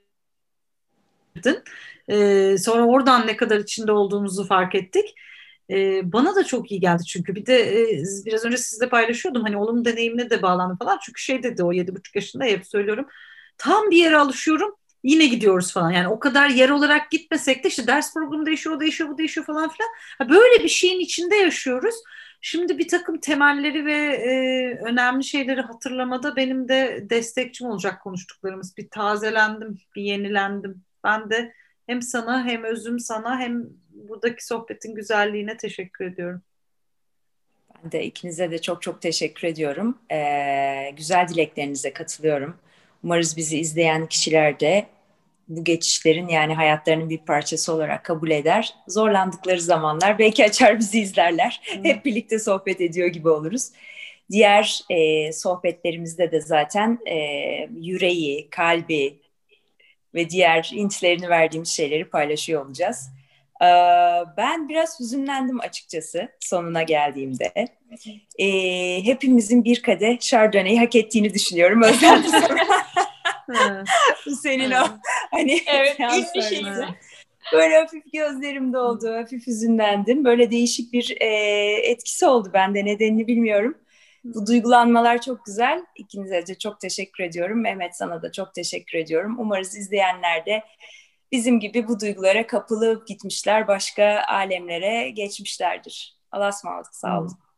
E, sonra oradan ne kadar içinde olduğumuzu fark ettik. E, bana da çok iyi geldi çünkü. Bir de e, biraz önce sizle paylaşıyordum. Hani olumlu deneyimle de bağlandım falan. Çünkü şey dedi o yedi buçuk yaşında hep söylüyorum. Tam bir yere alışıyorum. Yine gidiyoruz falan. Yani o kadar yer olarak gitmesek de işte ders programı değişiyor, o değişiyor, bu değişiyor falan filan. Böyle bir şeyin içinde yaşıyoruz. Şimdi bir takım temelleri ve e, önemli şeyleri hatırlamada benim de destekçim olacak konuştuklarımız. Bir tazelendim, bir yenilendim. Ben de hem sana hem özüm sana hem buradaki sohbetin güzelliğine teşekkür ediyorum. Ben de ikinize de çok çok teşekkür ediyorum. Ee, güzel dileklerinize katılıyorum. Umarız bizi izleyen kişiler de bu geçişlerin yani hayatlarının bir parçası olarak kabul eder. Zorlandıkları zamanlar belki açar bizi izlerler. Hmm. Hep birlikte sohbet ediyor gibi oluruz. Diğer e, sohbetlerimizde de zaten e, yüreği, kalbi ve diğer hintlerini verdiğimiz şeyleri paylaşıyor olacağız. Ee, ben biraz hüzünlendim açıkçası sonuna geldiğimde. Ee, hepimizin bir kadeh Chardonnay'i hak ettiğini düşünüyorum. Özellikle senin o hani evet, ilk bir şeydi. Böyle hafif gözlerim doldu, hafif hüzünlendim. Böyle değişik bir e, etkisi oldu bende, nedenini bilmiyorum. Bu duygulanmalar çok güzel. İkinize de çok teşekkür ediyorum. Mehmet, sana da çok teşekkür ediyorum. Umarız izleyenler de bizim gibi bu duygulara kapılıp gitmişler, başka alemlere geçmişlerdir. Allah'a ısmarladık, sağ olun.